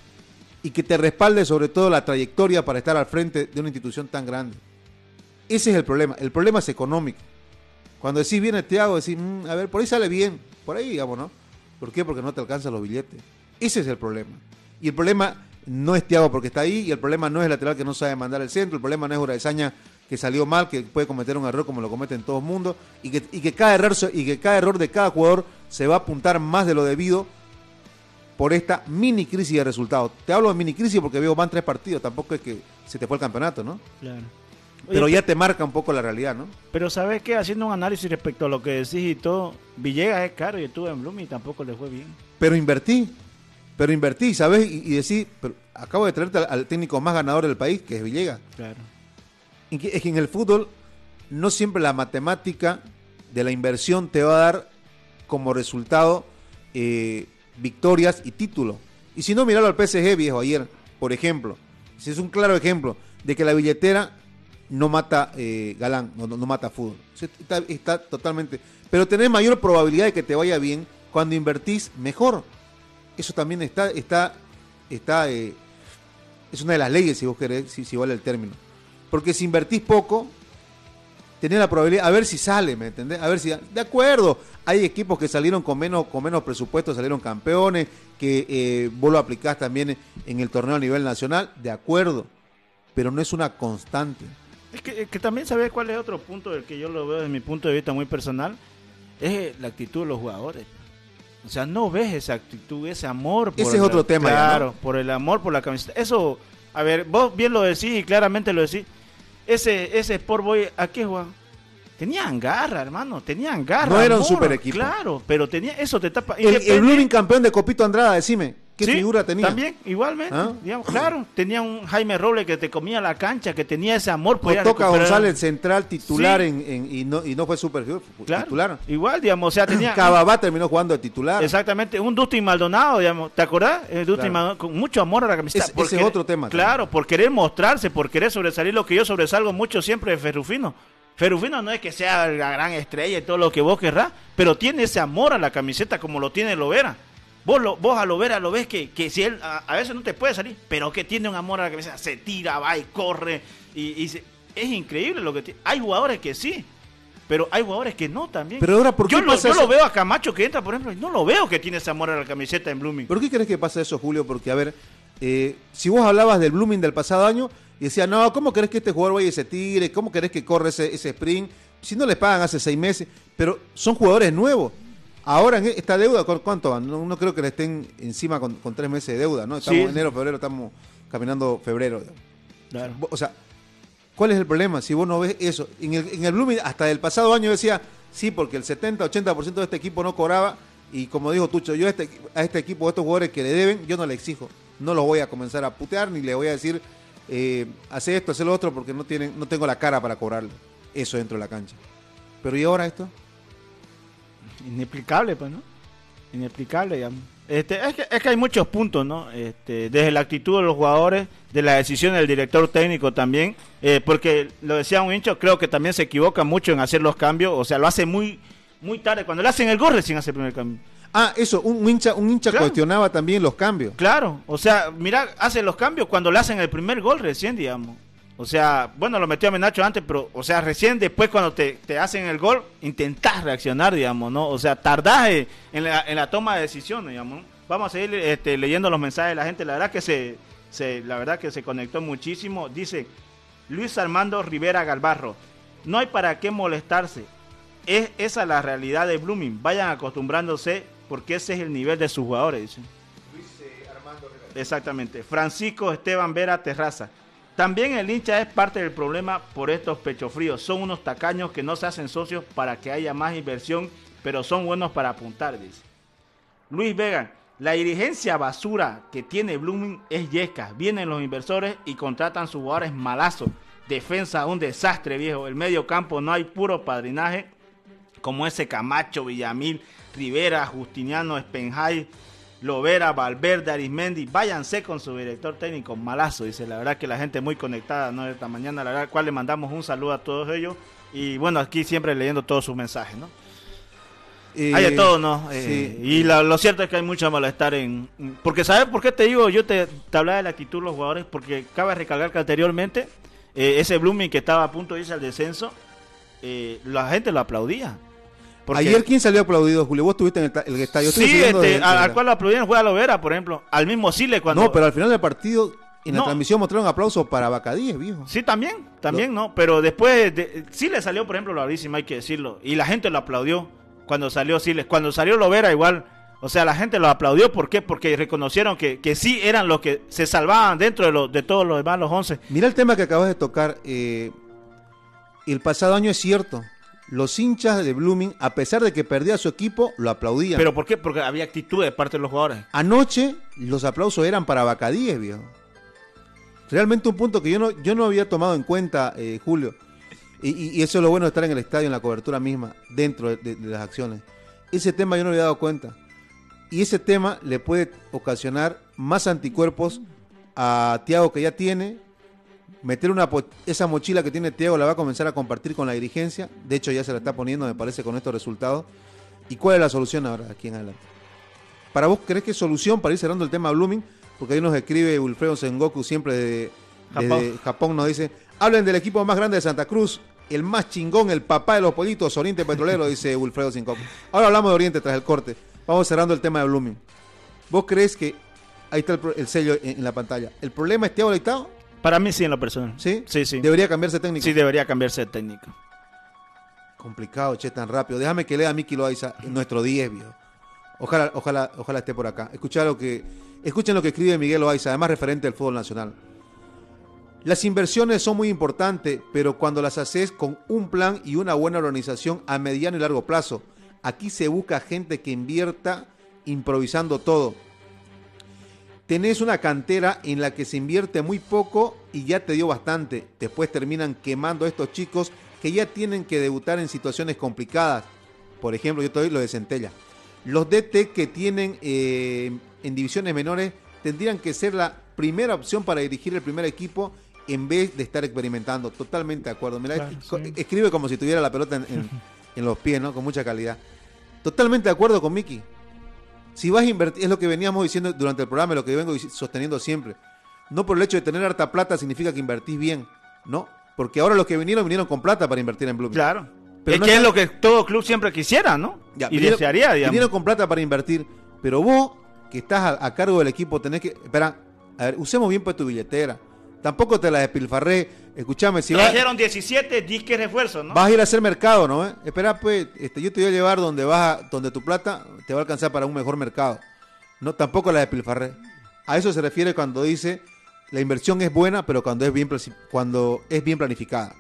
y que te respalde sobre todo la trayectoria para estar al frente de una institución tan grande. Ese es el problema. El problema es económico. Cuando decís viene Thiago, decís, mmm, a ver, por ahí sale bien. Por ahí, digamos, ¿no? ¿Por qué? Porque no te alcanzan los billetes. Ese es el problema. Y el problema no es Thiago porque está ahí, y el problema no es el lateral que no sabe mandar el centro, el problema no es Uraesaña que salió mal, que puede cometer un error como lo cometen todo el mundo, y que, y que cada error se- y que cada error de cada jugador se va a apuntar más de lo debido por esta mini crisis de resultados. Te hablo de mini crisis porque veo van tres partidos, tampoco es que se te fue el campeonato, ¿no? Claro. Pero Oye, ya te marca un poco la realidad, ¿no? Pero ¿sabes qué? Haciendo un análisis respecto a lo que decís y todo, Villegas es caro y estuvo en Blooming y tampoco le fue bien. Pero invertí, pero invertí, ¿sabes? Y, y decir, pero acabo de traerte al, al técnico más ganador del país, que es Villegas. Claro. Y que- es que en el fútbol no siempre la matemática de la inversión te va a dar como resultado eh, victorias y títulos. Y si no, miralo al P S G, viejo, ayer, por ejemplo. Ese es un claro ejemplo de que la billetera no mata eh, galán, no, no, no mata fútbol. O sea, Está, está totalmente... Pero tenés mayor probabilidad de que te vaya bien cuando invertís mejor. Eso también está... está, está eh, es una de las leyes, si vos querés, si, si vale el término. Porque si invertís poco, tener la probabilidad, a ver si sale, ¿me entendés? A ver si, de acuerdo, hay equipos que salieron con menos, con menos presupuesto, salieron campeones, que eh, vos lo aplicás también en el torneo a nivel nacional, de acuerdo, pero no es una constante. Es que, es que también sabes cuál es otro punto del que yo lo veo desde mi punto de vista muy personal, es la actitud de los jugadores. O sea, no ves esa actitud, ese amor. Por ese es otro la, tema. Claro, ya, ¿no? Por el amor, por la camiseta. Eso, a ver, vos bien lo decís y claramente lo decís. Ese, ese Sport Boy, ¿a qué juega? Tenían garra, hermano, tenían garra. No era un amor, super equipo. Claro, pero tenía, eso te tapa. El, el Blooming campeón de Copito Andrada, decime, ¿qué sí, figura tenía? También, igualmente, ¿Ah? digamos, claro, tenía un Jaime Robles que te comía la cancha, que tenía ese amor. Toca González, central titular, sí. en, en, y, no, y no fue super claro, titular. Igual, digamos, o sea, tenía... Cababá terminó jugando de titular. Exactamente, un Dustin Maldonado, digamos, ¿te acordás? Eh, Dustin claro. Maldonado, con mucho amor a la camiseta. Es, por ese querer, es otro tema. Claro, también. Por querer mostrarse, por querer sobresalir, lo que yo sobresalgo mucho siempre de Ferrufino. Ferrufino no es que sea la gran estrella y todo lo que vos querrás, pero tiene ese amor a la camiseta como lo tiene Lovera. Vos, lo, vos a Lovera lo ves que, que si él a, a veces no te puede salir, pero que tiene un amor a la camiseta, se tira, va y corre, y, y se, es increíble lo que tiene. Hay jugadores que sí, pero hay jugadores que no también. Pero ahora, ¿por qué yo, pasa lo, yo eso? lo veo a Camacho que entra, por ejemplo, y no lo veo que tiene ese amor a la camiseta en Blooming. ¿Por qué crees que pasa eso, Julio? Porque, a ver, eh, si vos hablabas del Blooming del pasado año y decías, no, ¿cómo querés que este jugador vaya y se tire? ¿Cómo querés que corre ese, ese sprint? Si no les pagan hace seis meses, pero son jugadores nuevos. Ahora en esta deuda, ¿cuánto van? No, no creo que le estén encima con, con tres meses de deuda, ¿no? Estamos en Sí. enero, febrero, estamos caminando febrero. Claro. O sea, ¿cuál es el problema? Si vos no ves eso. En el, en el Blooming, hasta el pasado año decía, sí, porque el setenta, ochenta por ciento de este equipo no cobraba, y como dijo Tucho, yo a este, a este equipo, a estos jugadores que le deben, yo no le exijo. No los voy a comenzar a putear, ni le voy a decir, eh, hace esto, hace lo otro, porque no, tienen, no tengo la cara para cobrarle eso dentro de la cancha. Pero ¿y ahora esto? Inexplicable, pues, ¿no? Inexplicable, digamos. Este, es, que, es que hay muchos puntos, ¿no? Este, desde la actitud de los jugadores, de la decisión del director técnico también, eh, porque lo decía un hincha, creo que también se equivoca mucho en hacer los cambios, o sea, lo hace muy muy tarde, cuando le hacen el gol recién hace el primer cambio. Ah, eso, un hincha, un hincha Claro. cuestionaba también los cambios. Claro, o sea, mira, hace los cambios cuando le hacen el primer gol recién, digamos. O sea, bueno, lo metió a Menacho antes, pero, o sea, recién después cuando te, te hacen el gol, intentás reaccionar, digamos, ¿no? O sea, tardás en la, en la toma de decisiones, digamos, ¿no? Vamos a seguir este, leyendo los mensajes de la gente. La verdad que se, se, la verdad que se conectó muchísimo. Dice Luis Armando Rivera Galvarro, no hay para qué molestarse. Es esa la realidad de Blooming. Vayan acostumbrándose porque ese es el nivel de sus jugadores, dice. Luis eh, Armando Rivera. Exactamente. Francisco Esteban Vera Terraza. También el hincha es parte del problema por estos pechofríos. Son unos tacaños que no se hacen socios para que haya más inversión, pero son buenos para apuntar, dice. Luis Vega, la dirigencia basura que tiene Blooming es yesca. Vienen los inversores y contratan sus jugadores malazos. Defensa un desastre, viejo. El medio campo no hay puro padrinaje como ese Camacho, Villamil, Rivera, Justiniano, Spenjay, Lovera, Valverde, Arismendi. Váyanse con su director técnico, malazo, dice. La verdad que la gente muy conectada, ¿no? Esta mañana, la verdad, cual le mandamos un saludo a todos ellos. Y bueno, aquí siempre leyendo todos sus mensajes, ¿no? Eh, Hay de todo, ¿no? Eh, sí. Y la, lo cierto es que hay mucho malestar en... Porque, ¿sabes por qué te digo? Yo te, te hablaba de la actitud de los jugadores, porque cabe recalcar que anteriormente, eh, ese Blooming que estaba a punto de irse al descenso, eh, la gente lo aplaudía. Porque... Ayer, ¿quién salió aplaudido, Julio? Vos estuviste en el, el estadio. Estuve Sí, siguiendo este, de- al, de- al cual lo aplaudían juega Lovera, por ejemplo. Al mismo Sile cuando... No, pero al final del partido, en la No. transmisión mostraron aplausos para Bacadíes, viejo. Sí, también, también, ¿no? Pero después, de, sí le salió, por ejemplo, Laurísima, hay que decirlo. Y la gente lo aplaudió cuando salió Siles. Cuando salió Lovera, igual. O sea, la gente lo aplaudió. ¿Por qué? Porque reconocieron que, que sí eran los que se salvaban dentro de, los de todos los demás, los once. Mira el tema que acabas de tocar. eh, el pasado año es cierto. Los hinchas de Blooming, a pesar de que perdía su equipo, lo aplaudían. ¿Pero por qué? Porque había actitud de parte de los jugadores. Anoche los aplausos eran para Bacadíes, viejo. Realmente un punto que yo no, yo no había tomado en cuenta, eh, Julio. Y, y- y eso es lo bueno de estar en el estadio, en la cobertura misma, dentro de, de- de las acciones. Ese tema yo no me había dado cuenta. Y ese tema le puede ocasionar más anticuerpos a Thiago, que ya tiene. Meter una po- esa mochila que tiene Thiago la va a comenzar a compartir con la dirigencia. De hecho ya se la está poniendo, me parece, con estos resultados. ¿Y cuál es la solución ahora, aquí en adelante? ¿Para vos crees que es solución para ir cerrando el tema Blooming? Porque ahí nos escribe Wilfredo Sengoku siempre desde, desde Japón. Japón, nos dice, hablen del equipo más grande de Santa Cruz, el más chingón, el papá de los pollitos, Oriente Petrolero, dice Wilfredo Sincoco. Ahora hablamos de Oriente tras el corte. Vamos cerrando el tema de Blooming. ¿Vos crees que ahí está el, el sello en, en la pantalla? ¿El problema es Thiago Leitao? Para mí sí, en lo personal. ¿Sí? Sí, sí. ¿Debería cambiarse técnico? Sí, debería cambiarse de técnico. Complicado, che, tan rápido. Déjame que lea a Miki Loaiza, nuestro diez, viejo. Ojalá, ojalá, ojalá esté por acá. Escuchá lo que, escuchen lo que escribe Miguel Loaiza, además referente al fútbol nacional. Las inversiones son muy importantes, pero cuando las haces con un plan y una buena organización a mediano y largo plazo. Aquí se busca gente que invierta improvisando todo. Tenés una cantera en la que se invierte muy poco y ya te dio bastante. Después terminan quemando a estos chicos que ya tienen que debutar en situaciones complicadas. Por ejemplo, yo te doy lo de Centella. Los D T que tienen eh, en divisiones menores tendrían que ser la primera opción para dirigir el primer equipo en vez de estar experimentando. Totalmente de acuerdo. Mirá, claro, sí. Escribe como si tuviera la pelota en, en, en los pies, ¿no? Con mucha calidad. Totalmente de acuerdo con Miki. Si vas a invertir, es lo que veníamos diciendo durante el programa, lo que vengo sosteniendo siempre. No por el hecho de tener harta plata significa que invertís bien, ¿no? Porque ahora los que vinieron, vinieron con plata para invertir en Blooming. Claro. Pero es no que está... es lo que todo club siempre quisiera, ¿no? Ya, y vinieron, desearía, digamos. Vinieron con plata para invertir, pero vos, que estás a, a cargo del equipo, tenés que... Espera, a ver, usemos bien pues tu billetera. Tampoco te la despilfarré. Escuchame, si vas... Trajeron diecisiete disques refuerzos, ¿no? Vas a ir a hacer mercado, ¿no? ¿Eh? Espera, pues, este, yo te voy a llevar donde vas a, donde tu plata te va a alcanzar para un mejor mercado. No, tampoco la despilfarré. A eso se refiere cuando dice la inversión es buena, pero cuando es bien, cuando es bien planificada.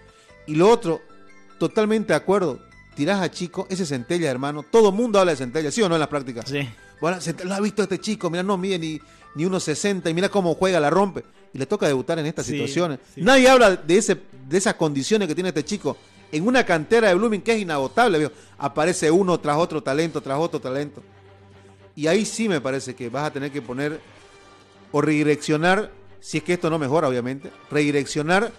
Y lo otro, totalmente de acuerdo. Tirás a Chico, ese Centella, hermano. Todo el mundo habla de Centella, ¿sí o no en las prácticas? Sí. Bueno, lo ha visto este chico, mira, no mide ni, ni uno sesenta y mira cómo juega, la rompe. Y le toca debutar en estas sí, situaciones. Sí. Nadie habla de ese de esas condiciones que tiene este chico. En una cantera de Blooming que es inagotable, viejo. Aparece uno tras otro talento, tras otro talento. Y ahí sí me parece que vas a tener que poner o redireccionar, si es que esto no mejora, obviamente, redireccionar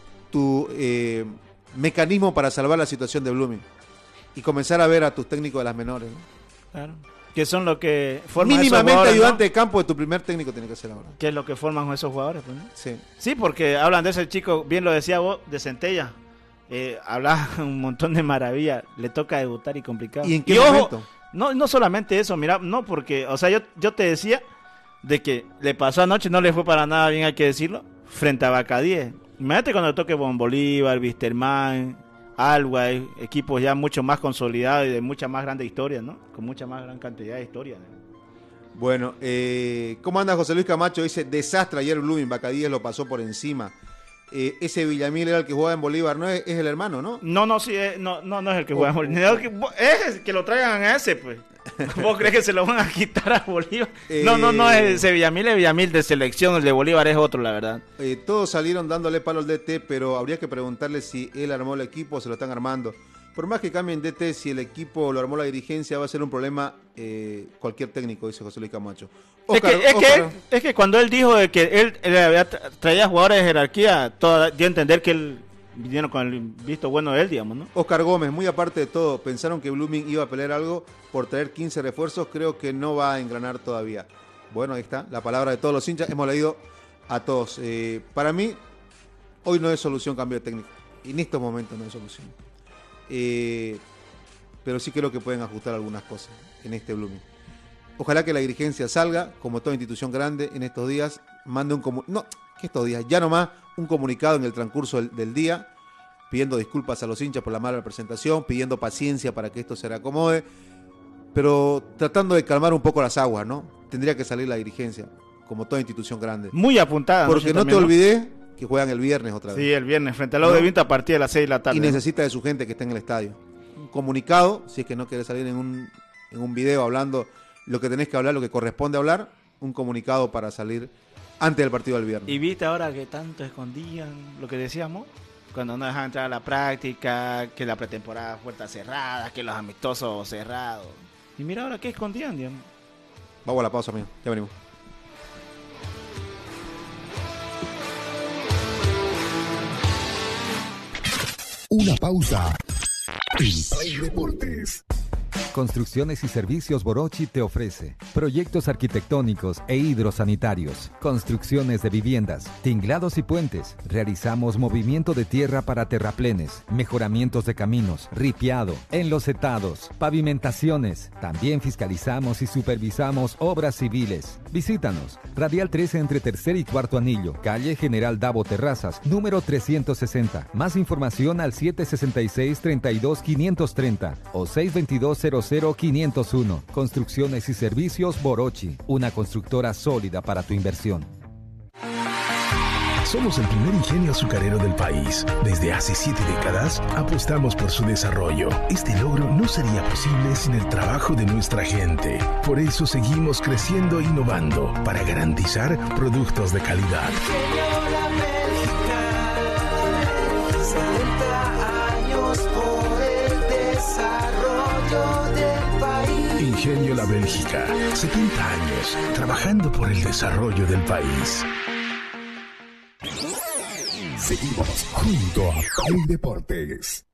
tu eh, mecanismo para salvar la situación de Blooming. Y comenzar a ver a tus técnicos de las menores, ¿no? Claro. Que son los que forman mínimamente esos jugadores, ayudante ¿no? de campo de tu primer técnico tiene que ser ahora. Que es lo que forman esos jugadores, pues, ¿no? Sí. Sí, porque hablan de ese chico, bien lo decía vos, de Centella. Eh, habla un montón de maravilla. Le toca debutar y complicado. ¿Y en qué y momento? Ojo, no, no solamente eso, mira, no, porque, o sea, yo, yo te decía de que le pasó anoche, no le fue para nada bien, hay que decirlo, frente a Bacadíes. Imagínate cuando le toque Bon Bolívar, Wisterman, Alway, equipos ya mucho más consolidados y de mucha más grande historia, ¿no? Con mucha más gran cantidad de historia, ¿no? Bueno, eh, ¿cómo anda José Luis Camacho? Dice, desastre ayer Blooming, Bacadíes lo pasó por encima. Eh, ese Villamil era el que jugaba en Bolívar, ¿no? Es, es el hermano, ¿no? No, no, sí, eh, no, no, no es el que juega en Bolívar. Es que lo traigan a ese, pues. ¿Vos crees que se lo van a quitar a Bolívar? Eh, no, no, no es ese Villamil, es Villamil de selección, el de Bolívar es otro, la verdad. Eh, todos salieron dándole palo al D T, pero habría que preguntarle si él armó el equipo o se lo están armando. Por más que cambien D T, si el equipo lo armó la dirigencia, va a ser un problema eh, cualquier técnico, dice José Luis Camacho. Oscar, es, que, es, Oscar... que, es que cuando él dijo de que él, él había tra traía jugadores de jerarquía, todo, dio a entender que él vinieron con el visto bueno de él, digamos, ¿no? Oscar Gómez, muy aparte de todo, pensaron que Blooming iba a pelear algo por traer quince refuerzos, creo que no va a engranar todavía. Bueno, ahí está, la palabra de todos los hinchas, hemos leído a todos. Eh, para mí, hoy no es solución cambio de técnico, en estos momentos no es solución. Eh, pero sí creo que pueden ajustar algunas cosas en este Blooming. Ojalá que la dirigencia salga, como toda institución grande, en estos días, mande un comunicado, no, que estos días, ya nomás un comunicado en el transcurso del, del día, pidiendo disculpas a los hinchas por la mala presentación, pidiendo paciencia para que esto se reacomode, pero tratando de calmar un poco las aguas, ¿no? Tendría que salir la dirigencia, como toda institución grande. Muy apuntada. Porque no, no te olvides que juegan el viernes otra vez. Sí, el viernes, frente al lado ¿no? de Vinto a partir de las seis de la tarde. Y necesita de su gente que esté en el estadio. Un comunicado, si es que no quiere salir en un, en un video hablando lo que tenés que hablar, lo que corresponde hablar, un comunicado para salir antes del partido del viernes. Y viste ahora que tanto escondían lo que decíamos, cuando no dejaban entrar a la práctica, que la pretemporada puertas cerradas, que los amistosos cerrados. Y mira ahora qué escondían, digamos. Vamos a la pausa, amigo. Ya venimos. Una pausa en Play Deportes. Construcciones y Servicios Borochi te ofrece proyectos arquitectónicos e hidrosanitarios, construcciones de viviendas, tinglados y puentes. Realizamos movimiento de tierra para terraplenes, mejoramientos de caminos, ripiado, enlosetados, pavimentaciones. También fiscalizamos y supervisamos obras civiles. Visítanos. Radial trece entre Tercer y Cuarto Anillo, calle General Davo Terrazas, número trescientos sesenta. Más información al siete sesenta y seis, treinta y dos, quinientos treinta o seis veintidós, cero cero, quinientos uno. Construcciones y Servicios Borochi, una constructora sólida para tu inversión. Somos el primer ingenio azucarero del país. Desde hace siete décadas apostamos por su desarrollo. Este logro no sería posible sin el trabajo de nuestra gente. Por eso seguimos creciendo e innovando para garantizar productos de calidad. Ingenio La Bélgica, setenta años trabajando por el desarrollo del país. Seguimos junto a Play Deportes.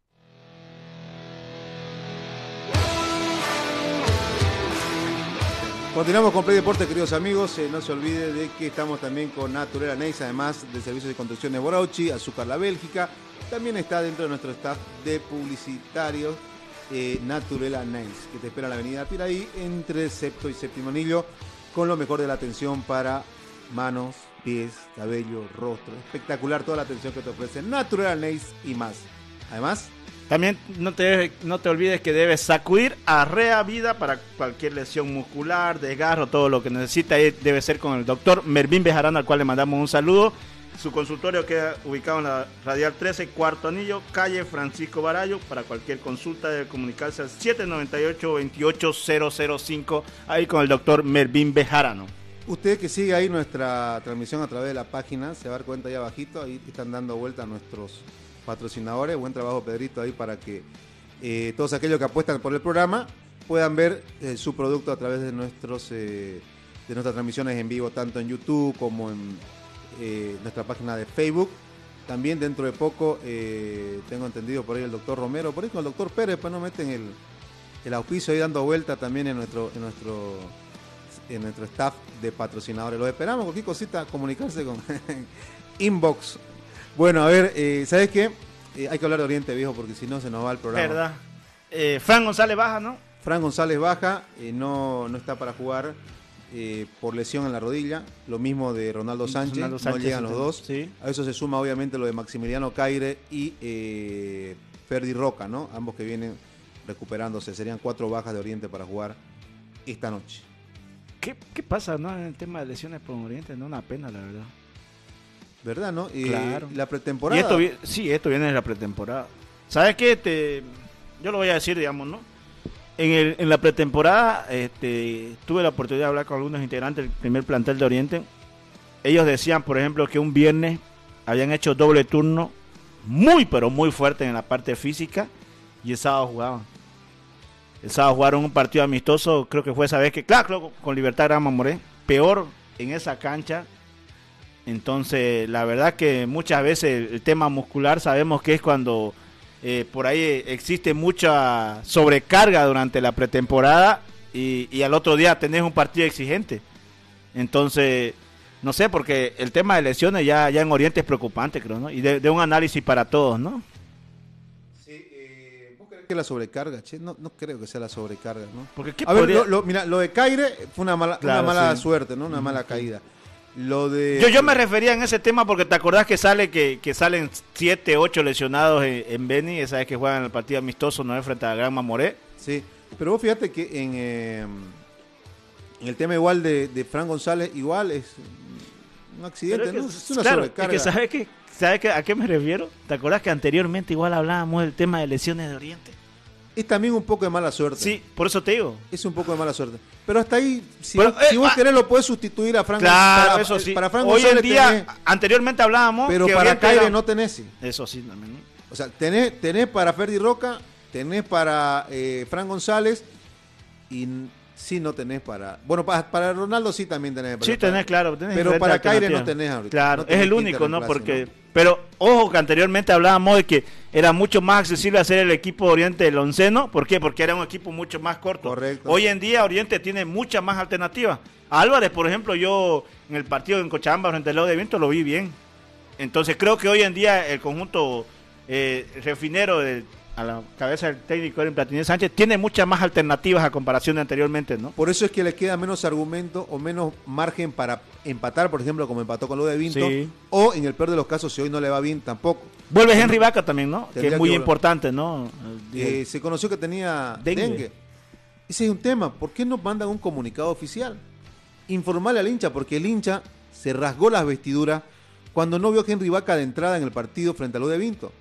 Continuamos con Play Deportes, queridos amigos. Eh, no se olvide de que estamos también con Naturela Neis, además de servicios de construcción de Borochi, Azúcar La Bélgica. También está dentro de nuestro staff de publicitarios eh, Naturela Neis, que te espera en la avenida Piraí entre Sexto y Séptimo Anillo, con lo mejor de la atención para manos, pies, cabello, rostro. Espectacular toda la atención que te ofrece Naturela Neis y más. Además, también no te, no te olvides que debes sacudir Arrea Vida para cualquier lesión muscular, desgarro, todo lo que necesita. Debe ser con el doctor Mervin Bejarano, al cual le mandamos un saludo. Su consultorio queda ubicado en la Radial trece, Cuarto Anillo, calle Francisco Barayo. Para cualquier consulta debe comunicarse al siete noventa y ocho, veintiocho cero cero cinco, ahí con el doctor Mervin Bejarano. Usted que sigue ahí nuestra transmisión a través de la página, se va a dar cuenta ahí abajito, ahí están dando vuelta nuestros patrocinadores. Buen trabajo, Pedrito, ahí para que eh, todos aquellos que apuestan por el programa puedan ver eh, su producto a través de nuestros eh, de nuestras transmisiones en vivo, tanto en YouTube como en eh, nuestra página de Facebook. También dentro de poco, eh, tengo entendido por ahí el doctor Romero, por ahí con el doctor Pérez, pues no meten el, el auspicio ahí dando vuelta también en nuestro, en nuestro en nuestro staff de patrocinadores. Los esperamos, cualquier cosita, comunicarse con Inbox. Bueno, a ver, eh, ¿sabes qué? Eh, hay que hablar de Oriente Viejo porque si no se nos va el programa. Verdad. Eh, Fran González baja, ¿no? Fran González baja, eh, no, no está para jugar eh, por lesión en la rodilla. Lo mismo de Ronaldo Sánchez, Ronaldo Sánchez no llegan los sí, dos. Sí. A eso se suma obviamente lo de Maximiliano Caire y eh, Ferdi Roca, ¿no? Ambos que vienen recuperándose. Serían cuatro bajas de Oriente para jugar esta noche. ¿Qué, qué pasa, no, en el tema de lesiones por Oriente? No, una pena, la verdad. ¿Verdad, no? Eh, Claro. La pretemporada. Y esto, vi- sí, esto viene de la pretemporada. ¿Sabes qué? Te, yo lo voy a decir, digamos, ¿no? En, el, en la pretemporada este, tuve la oportunidad de hablar con algunos integrantes del primer plantel de Oriente. Ellos decían, por ejemplo, que un viernes habían hecho doble turno muy, pero muy fuerte en la parte física y el sábado jugaban. El sábado jugaron un partido amistoso, creo que fue esa vez que, claro, claro, con Libertad Gran Mamoré, peor en esa cancha. Entonces, la verdad que muchas veces el, el tema muscular sabemos que es cuando eh, por ahí existe mucha sobrecarga durante la pretemporada y, y al otro día tenés un partido exigente. Entonces, no sé, porque el tema de lesiones ya, ya en Oriente es preocupante, creo, ¿no? Y de, de un análisis para todos, ¿no? Que la sobrecarga, che, no, no creo que sea la sobrecarga, ¿no? Porque ¿qué a ver, podría- lo, lo- mira, lo de Caire fue una mala, Claro, una mala sí. suerte, ¿no? Una mala caída. Lo de Yo, yo me refería en ese tema porque te acordás que sale que, que salen siete, ocho lesionados en, en Beni, esa vez que juegan el partido amistoso, no es frente a Gran Mamoré. Sí, pero vos fíjate que en, eh, en el tema igual de, de Fran González, igual es un accidente, Pero es ¿no? que- Es una claro, sobrecarga. es que ¿sabes qué? ¿Sabes qué? ¿A qué me refiero? ¿Te acordás que anteriormente igual hablábamos del tema de lesiones de Oriente? Es también un poco de mala suerte. Sí, por eso te digo. Es un poco de mala suerte. Pero hasta ahí, si, Pero, vos, eh, si vos ah, querés, lo podés sustituir a Fran Claro, para, eso sí. Para Fran Hoy en González día, tenés, anteriormente hablábamos pero que para Oriente Caire era- no tenés. Sí. Eso sí, también, ¿no? O sea, tenés, tenés para Ferdi Roca, tenés para eh, Fran González y n- sí no tenés para... Bueno, para, para Ronaldo sí también tenés. Sí tenés, claro. Tenés pero para Caire no alternativas. tenés ahorita. Claro, no tenés es el quien te único, ¿no? reemplace, Porque... ¿no? Pero, ojo, que anteriormente hablábamos de que era mucho más accesible hacer el equipo de Oriente del onceno. ¿Por qué? Porque era un equipo mucho más corto. Correcto. Hoy en día Oriente tiene muchas más alternativas. A Álvarez, por ejemplo, yo en el partido en Cochabamba frente al Lado de Viento lo vi bien. Entonces creo que hoy en día el conjunto eh, refinero de, a la cabeza del técnico Erin Platini Sánchez tiene muchas más alternativas a comparación de anteriormente, ¿no? Por eso es que le queda menos argumento o menos margen para empatar, por ejemplo, como empató con lo de Vinto, Sí. o en el peor de los casos, si hoy no le va bien, tampoco. Vuelve Henry Vaca también, ¿no? Que Tendría es muy que volver. importante, ¿no? Eh, se conoció que tenía Dengue. dengue. Ese es un tema. ¿Por qué no mandan un comunicado oficial? Informarle al hincha, porque el hincha se rasgó las vestiduras cuando no vio a Henry Vaca de entrada en el partido frente a lo de Vinto.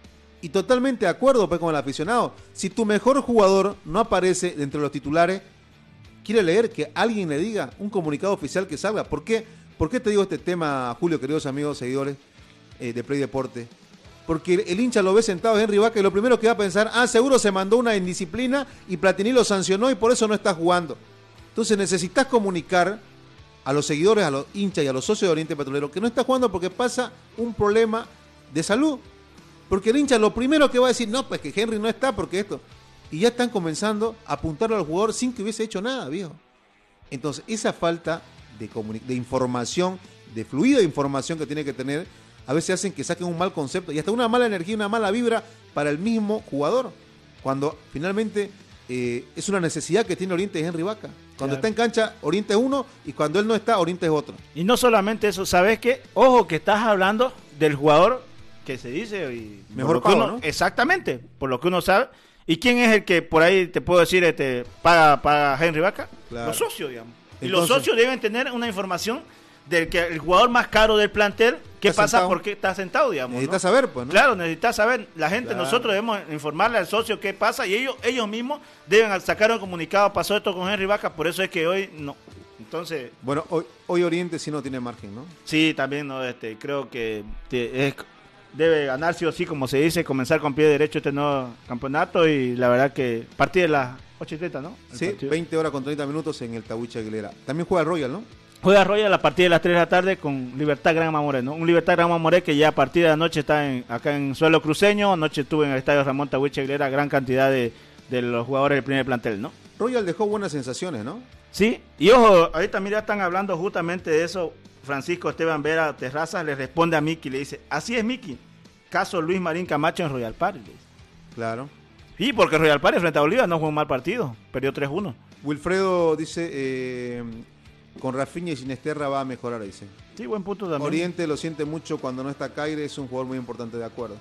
Y totalmente de acuerdo pues, con el aficionado. Si tu mejor jugador no aparece dentro de los titulares, quiere leer que alguien le diga un comunicado oficial que salga. ¿Por qué? ¿Por qué te digo este tema, Julio, queridos amigos, seguidores eh, de Play Deporte? Porque el, el hincha lo ve sentado a Henry Vaca y lo primero que va a pensar, ah, seguro se mandó una indisciplina y Platini lo sancionó y por eso no está jugando. Entonces necesitas comunicar a los seguidores, a los hinchas y a los socios de Oriente Petrolero que no está jugando porque pasa un problema de salud. Porque el hincha lo primero que va a decir, no, pues que Henry no está porque esto. Y ya están comenzando a apuntarlo al jugador sin que hubiese hecho nada, viejo. Entonces, esa falta de, comuni- de información, de fluido de información que tiene que tener, a veces hacen que saquen un mal concepto y hasta una mala energía, una mala vibra para el mismo jugador. Cuando finalmente eh, es una necesidad que tiene Oriente de Henry Vaca. Cuando Claro. está en cancha, Oriente es uno y cuando él no está, Oriente es otro. Y no solamente eso, ¿sabes qué? Ojo que estás hablando del jugador que se dice y Mejor por lo que pago, uno- ¿no? Exactamente, por lo que uno sabe. ¿Y quién es el que por ahí te puedo decir este paga para Henry Vaca? Claro. Los socios, digamos. Y Entonces- los socios deben tener una información del que el jugador más caro del plantel, qué Está pasa sentado. porque está sentado, digamos. ¿no? Necesitas saber, pues, ¿no? Claro, necesitas saber. La gente, Claro. nosotros debemos informarle al socio qué pasa y ellos ellos mismos deben sacar un comunicado. Pasó esto con Henry Vaca, por eso es que hoy no. Entonces, Bueno, hoy, hoy Oriente sí no tiene margen, ¿no? sí, también no, este, creo que te- es- debe ganar sí o sí, como se dice, comenzar con pie derecho este nuevo campeonato y la verdad que a partir de las ocho y treinta, ¿no? El Sí, partido. veinte horas con treinta minutos en el Tahuiche Aguilera. También juega el Royal, ¿no? Juega Royal a partir de las tres de la tarde con Libertad Gran Mamoré, ¿no? Un Libertad Gran Mamoré que ya a partir de la noche está en, acá en suelo cruceño. Anoche estuve en el estadio Ramón Tahuiche Aguilera, gran cantidad de, de los jugadores del primer plantel, ¿no? Royal dejó buenas sensaciones, ¿no? Sí, y ojo, ahorita mira, están hablando justamente de eso. Francisco Esteban Vera Terraza le responde a Miki, le dice, así es Miki, caso Luis Marín Camacho en Royal Party. le dice. Claro. Sí, porque Royal Party frente a Bolívar no fue un mal partido, perdió tres uno. Wilfredo dice, eh, con Rafinha y Sinesterra va a mejorar, dice. Sí, buen punto también. Oriente lo siente mucho cuando no está Caire, es un jugador muy importante, de acuerdo.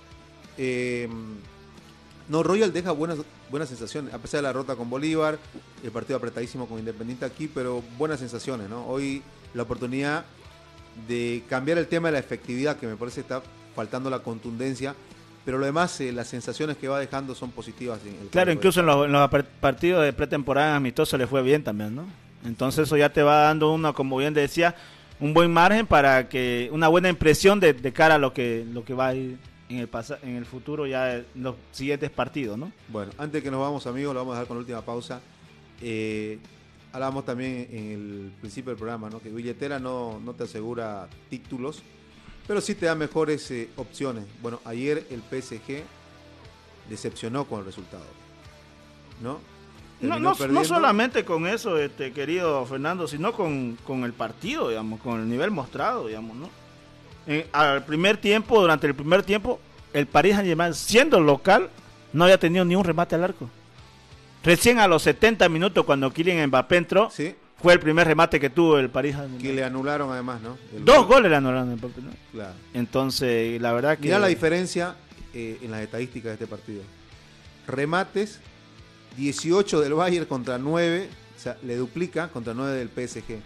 Eh, no, Royal deja buenas buenas sensaciones, a pesar de la derrota con Bolívar, el partido apretadísimo con Independiente aquí, pero buenas sensaciones, ¿no? Hoy la oportunidad de cambiar el tema de la efectividad, que me parece está faltando la contundencia, pero lo demás, eh, las sensaciones que va dejando son positivas. En el Claro, campo. incluso en los, en los apar- partidos de pretemporada amistosos le fue bien también, ¿no? Entonces eso ya te va dando uno, como bien decía, un buen margen para que una buena impresión de, de cara a lo que lo que va a ir en el pasa, en el futuro ya en los siguientes partidos, ¿no? Bueno, antes que nos vamos, amigos, lo vamos a dejar con la última pausa. Eh, hablábamos también en el principio del programa, ¿no? Que billetera no, no te asegura títulos, pero sí te da mejores eh, opciones. Bueno, ayer el P S G decepcionó con el resultado, ¿no? No, Terminó no, no perdiendo. solamente con eso, este querido Fernando, sino con, con el partido, digamos, con el nivel mostrado, digamos, ¿no? En- al primer tiempo, durante el primer tiempo, el Paris Saint-Germain, siendo local, no había tenido ni un remate al arco. Recién a los setenta minutos, cuando Kylian Mbappé entró, Sí, fue el primer remate que tuvo el Paris Saint-Germain. que le anularon además, ¿no? El Dos gol. goles le anularon a Mbappé, ¿no? Claro. Entonces, la verdad que... Mirá la diferencia eh, en las estadísticas de este partido. Remates, dieciocho del Bayern contra nueve, o sea, le duplica contra nueve del P S G.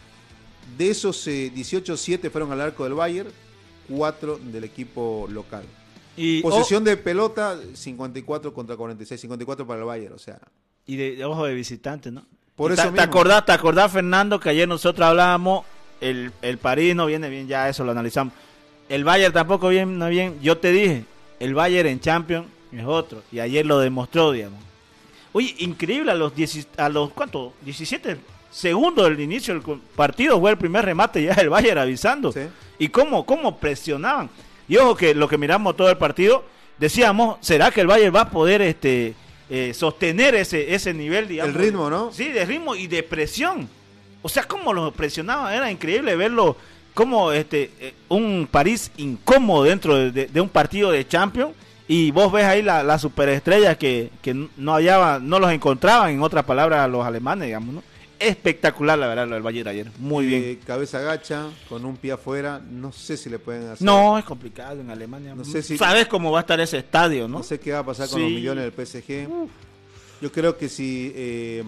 De esos eh, dieciocho, siete fueron al arco del Bayern, cuatro del equipo local. Y, Posesión de pelota, cincuenta y cuatro contra cuarenta y seis, cincuenta y cuatro para el Bayern, o sea. y de, de ojo de visitante, ¿no? Por Y eso ta- te, mismo. acordás, te acordás, Fernando, que ayer nosotros hablábamos, el, el París no viene bien, ya eso lo analizamos. El Bayern tampoco viene bien. Yo te dije, el Bayern en Champions es otro, y ayer lo demostró, digamos. Oye, increíble, a los, diez, a los ¿cuánto? diecisiete segundos del inicio del partido fue el primer remate ya del Bayern avisando. Sí. Y cómo, cómo presionaban. Y ojo que lo que miramos todo el partido, decíamos, ¿será que el Bayern va a poder este eh, sostener ese, ese nivel, digamos? El ritmo, ¿no? Sí, de ritmo y de presión. O sea, cómo los presionaban, era increíble verlo, como este eh, un París incómodo dentro de, de, de un partido de Champions. Y vos ves ahí las la superestrellas que, que no hallaban, no los encontraban, en otras palabras, los alemanes, digamos, ¿no? Espectacular, la verdad, lo del Bayern ayer. Muy eh, bien. Cabeza gacha, con un pie afuera. No sé si le pueden hacer. No, es complicado en Alemania. No sé si, sabes cómo va a estar ese estadio, ¿no? No sé qué va a pasar con sí. los millones del P S G. Uf. Yo creo que si... Eh,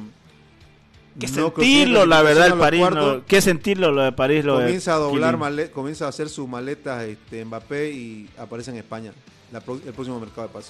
que no sentirlo, la verdad, el París. Cuartos, no, que sentirlo, lo de París. Lo comienza de a doblar, malet, comienza a hacer sus maletas este, Mbappé y aparece en España. La, el próximo mercado de pase.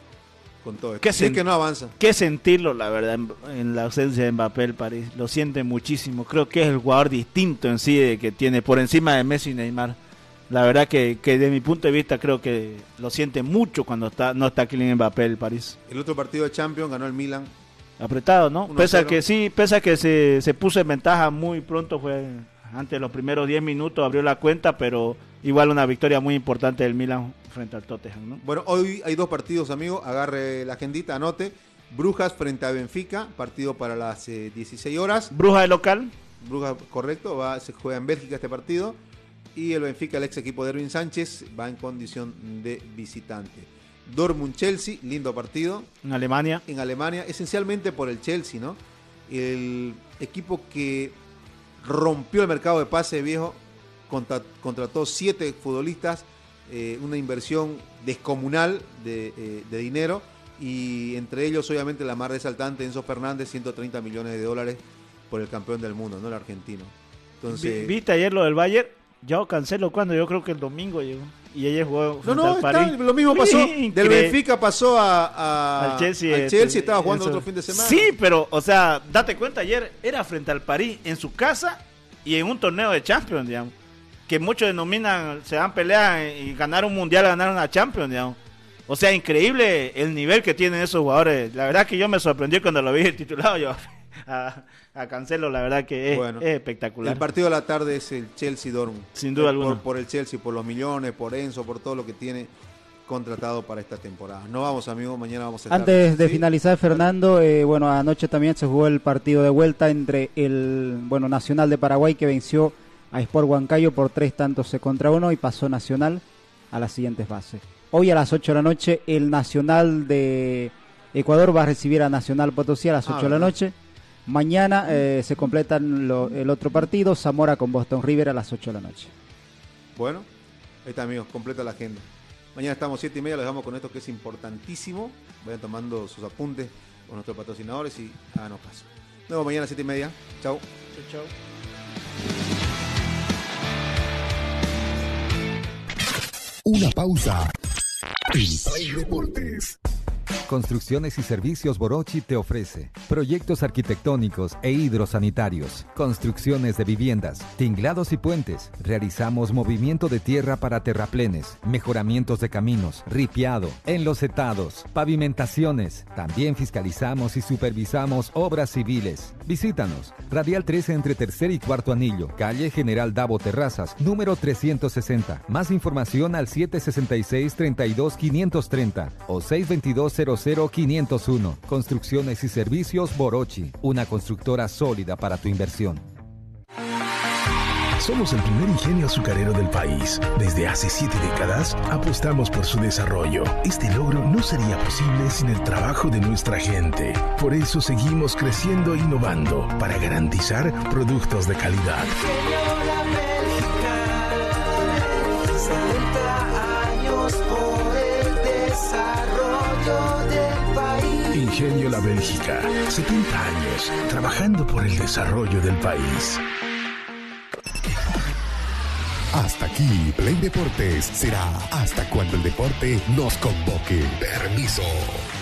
Con todo esto. Sí, que no avanza. Qué sentirlo, la verdad, en, en la ausencia de Mbappé el París. Lo siente muchísimo. Creo que es el jugador distinto en sí de, que tiene por encima de Messi y Neymar. La verdad que, que de mi punto de vista creo que lo siente mucho cuando está no está Kylian Mbappé el París. El otro partido de Champions ganó el Milan. Apretado, ¿no? Pese a que sí, pese a que se, se puso en ventaja muy pronto, fue antes de los primeros diez minutos, abrió la cuenta, pero igual una victoria muy importante del Milan frente al Tottenham, ¿no? Bueno, hoy hay dos partidos, amigo, agarre la agendita, anote. Brujas frente a Benfica, partido para las eh, dieciséis horas. Brujas de local. Brujas, correcto, va, se juega en Bélgica este partido. Y el Benfica, el ex equipo de Erwin Sánchez, va en condición de visitante. Dortmund-Chelsea, lindo partido. En Alemania. En Alemania, esencialmente por el Chelsea, ¿no? El equipo que rompió el mercado de pase, viejo, contra, contrató siete futbolistas, eh, una inversión descomunal de, eh, de dinero, y entre ellos, obviamente, la más resaltante, Enzo Fernández, ciento treinta millones de dólares por el campeón del mundo, ¿no? El argentino. Entonces, ¿viste ayer lo del Bayern? Yo Cancelo cuando yo creo que el domingo llegó y ayer jugó no no está, lo mismo pasó sí, del Benfica pasó a, a al Chelsea, al Chelsea este, estaba jugando eso. Otro fin de semana. Sí, pero o sea, date cuenta, ayer era frente al París en su casa y en un torneo de Champions, digamos, que muchos denominan, se dan peleas y ganar un mundial, ganar una Champions, digamos. O sea, increíble el nivel que tienen esos jugadores. La verdad que yo me sorprendí cuando lo vi titulado yo a, a Cancelo, la verdad que es, bueno, es espectacular. El partido de la tarde es el Chelsea-Dortmund. Sin duda alguna. Por, por el Chelsea, por los millones, por Enzo, por todo lo que tiene contratado para esta temporada. No vamos, amigos, mañana vamos a estar. Antes de ¿sí? finalizar, Fernando, eh, bueno, anoche también se jugó el partido de vuelta entre el bueno Nacional de Paraguay, que venció a Sport Huancayo por tres tantos contra uno y pasó Nacional a las siguientes fases. Hoy a las ocho de la noche el Nacional de Ecuador va a recibir a Nacional Potosí a las ocho ah, de la noche. Mañana eh, se completan lo, el otro partido, Zamora con Boston River a las ocho de la noche. Bueno, ahí está, amigos, completa la agenda. Mañana estamos siete y media, los dejamos con esto que es importantísimo. Vayan tomando sus apuntes con nuestros patrocinadores y háganos caso. Nos vemos mañana a siete y media. Chau. Chau, chau. Una pausa. En Play Deportes. Construcciones y Servicios Borochi te ofrece proyectos arquitectónicos e hidrosanitarios, construcciones de viviendas, tinglados y puentes. Realizamos movimiento de tierra para terraplenes, mejoramientos de caminos, ripiado, enlosetados, pavimentaciones. También fiscalizamos y supervisamos obras civiles. Visítanos. Radial trece entre tercer y cuarto anillo, calle General Davo Terrazas, número trescientos sesenta. Más información al siete sesenta y seis, treinta y dos, quinientos treinta o seis veintidós, cero cero, quinientos uno. Construcciones y Servicios Borochi, una constructora sólida para tu inversión. Somos el primer ingenio azucarero del país. Desde hace siete décadas apostamos por su desarrollo. Este logro no sería posible sin el trabajo de nuestra gente. Por eso seguimos creciendo e innovando para garantizar productos de calidad. Ingenio La Bélgica, setenta años trabajando por el desarrollo del país. Hasta aquí, Play Deportes será hasta cuando el deporte nos convoque. Permiso.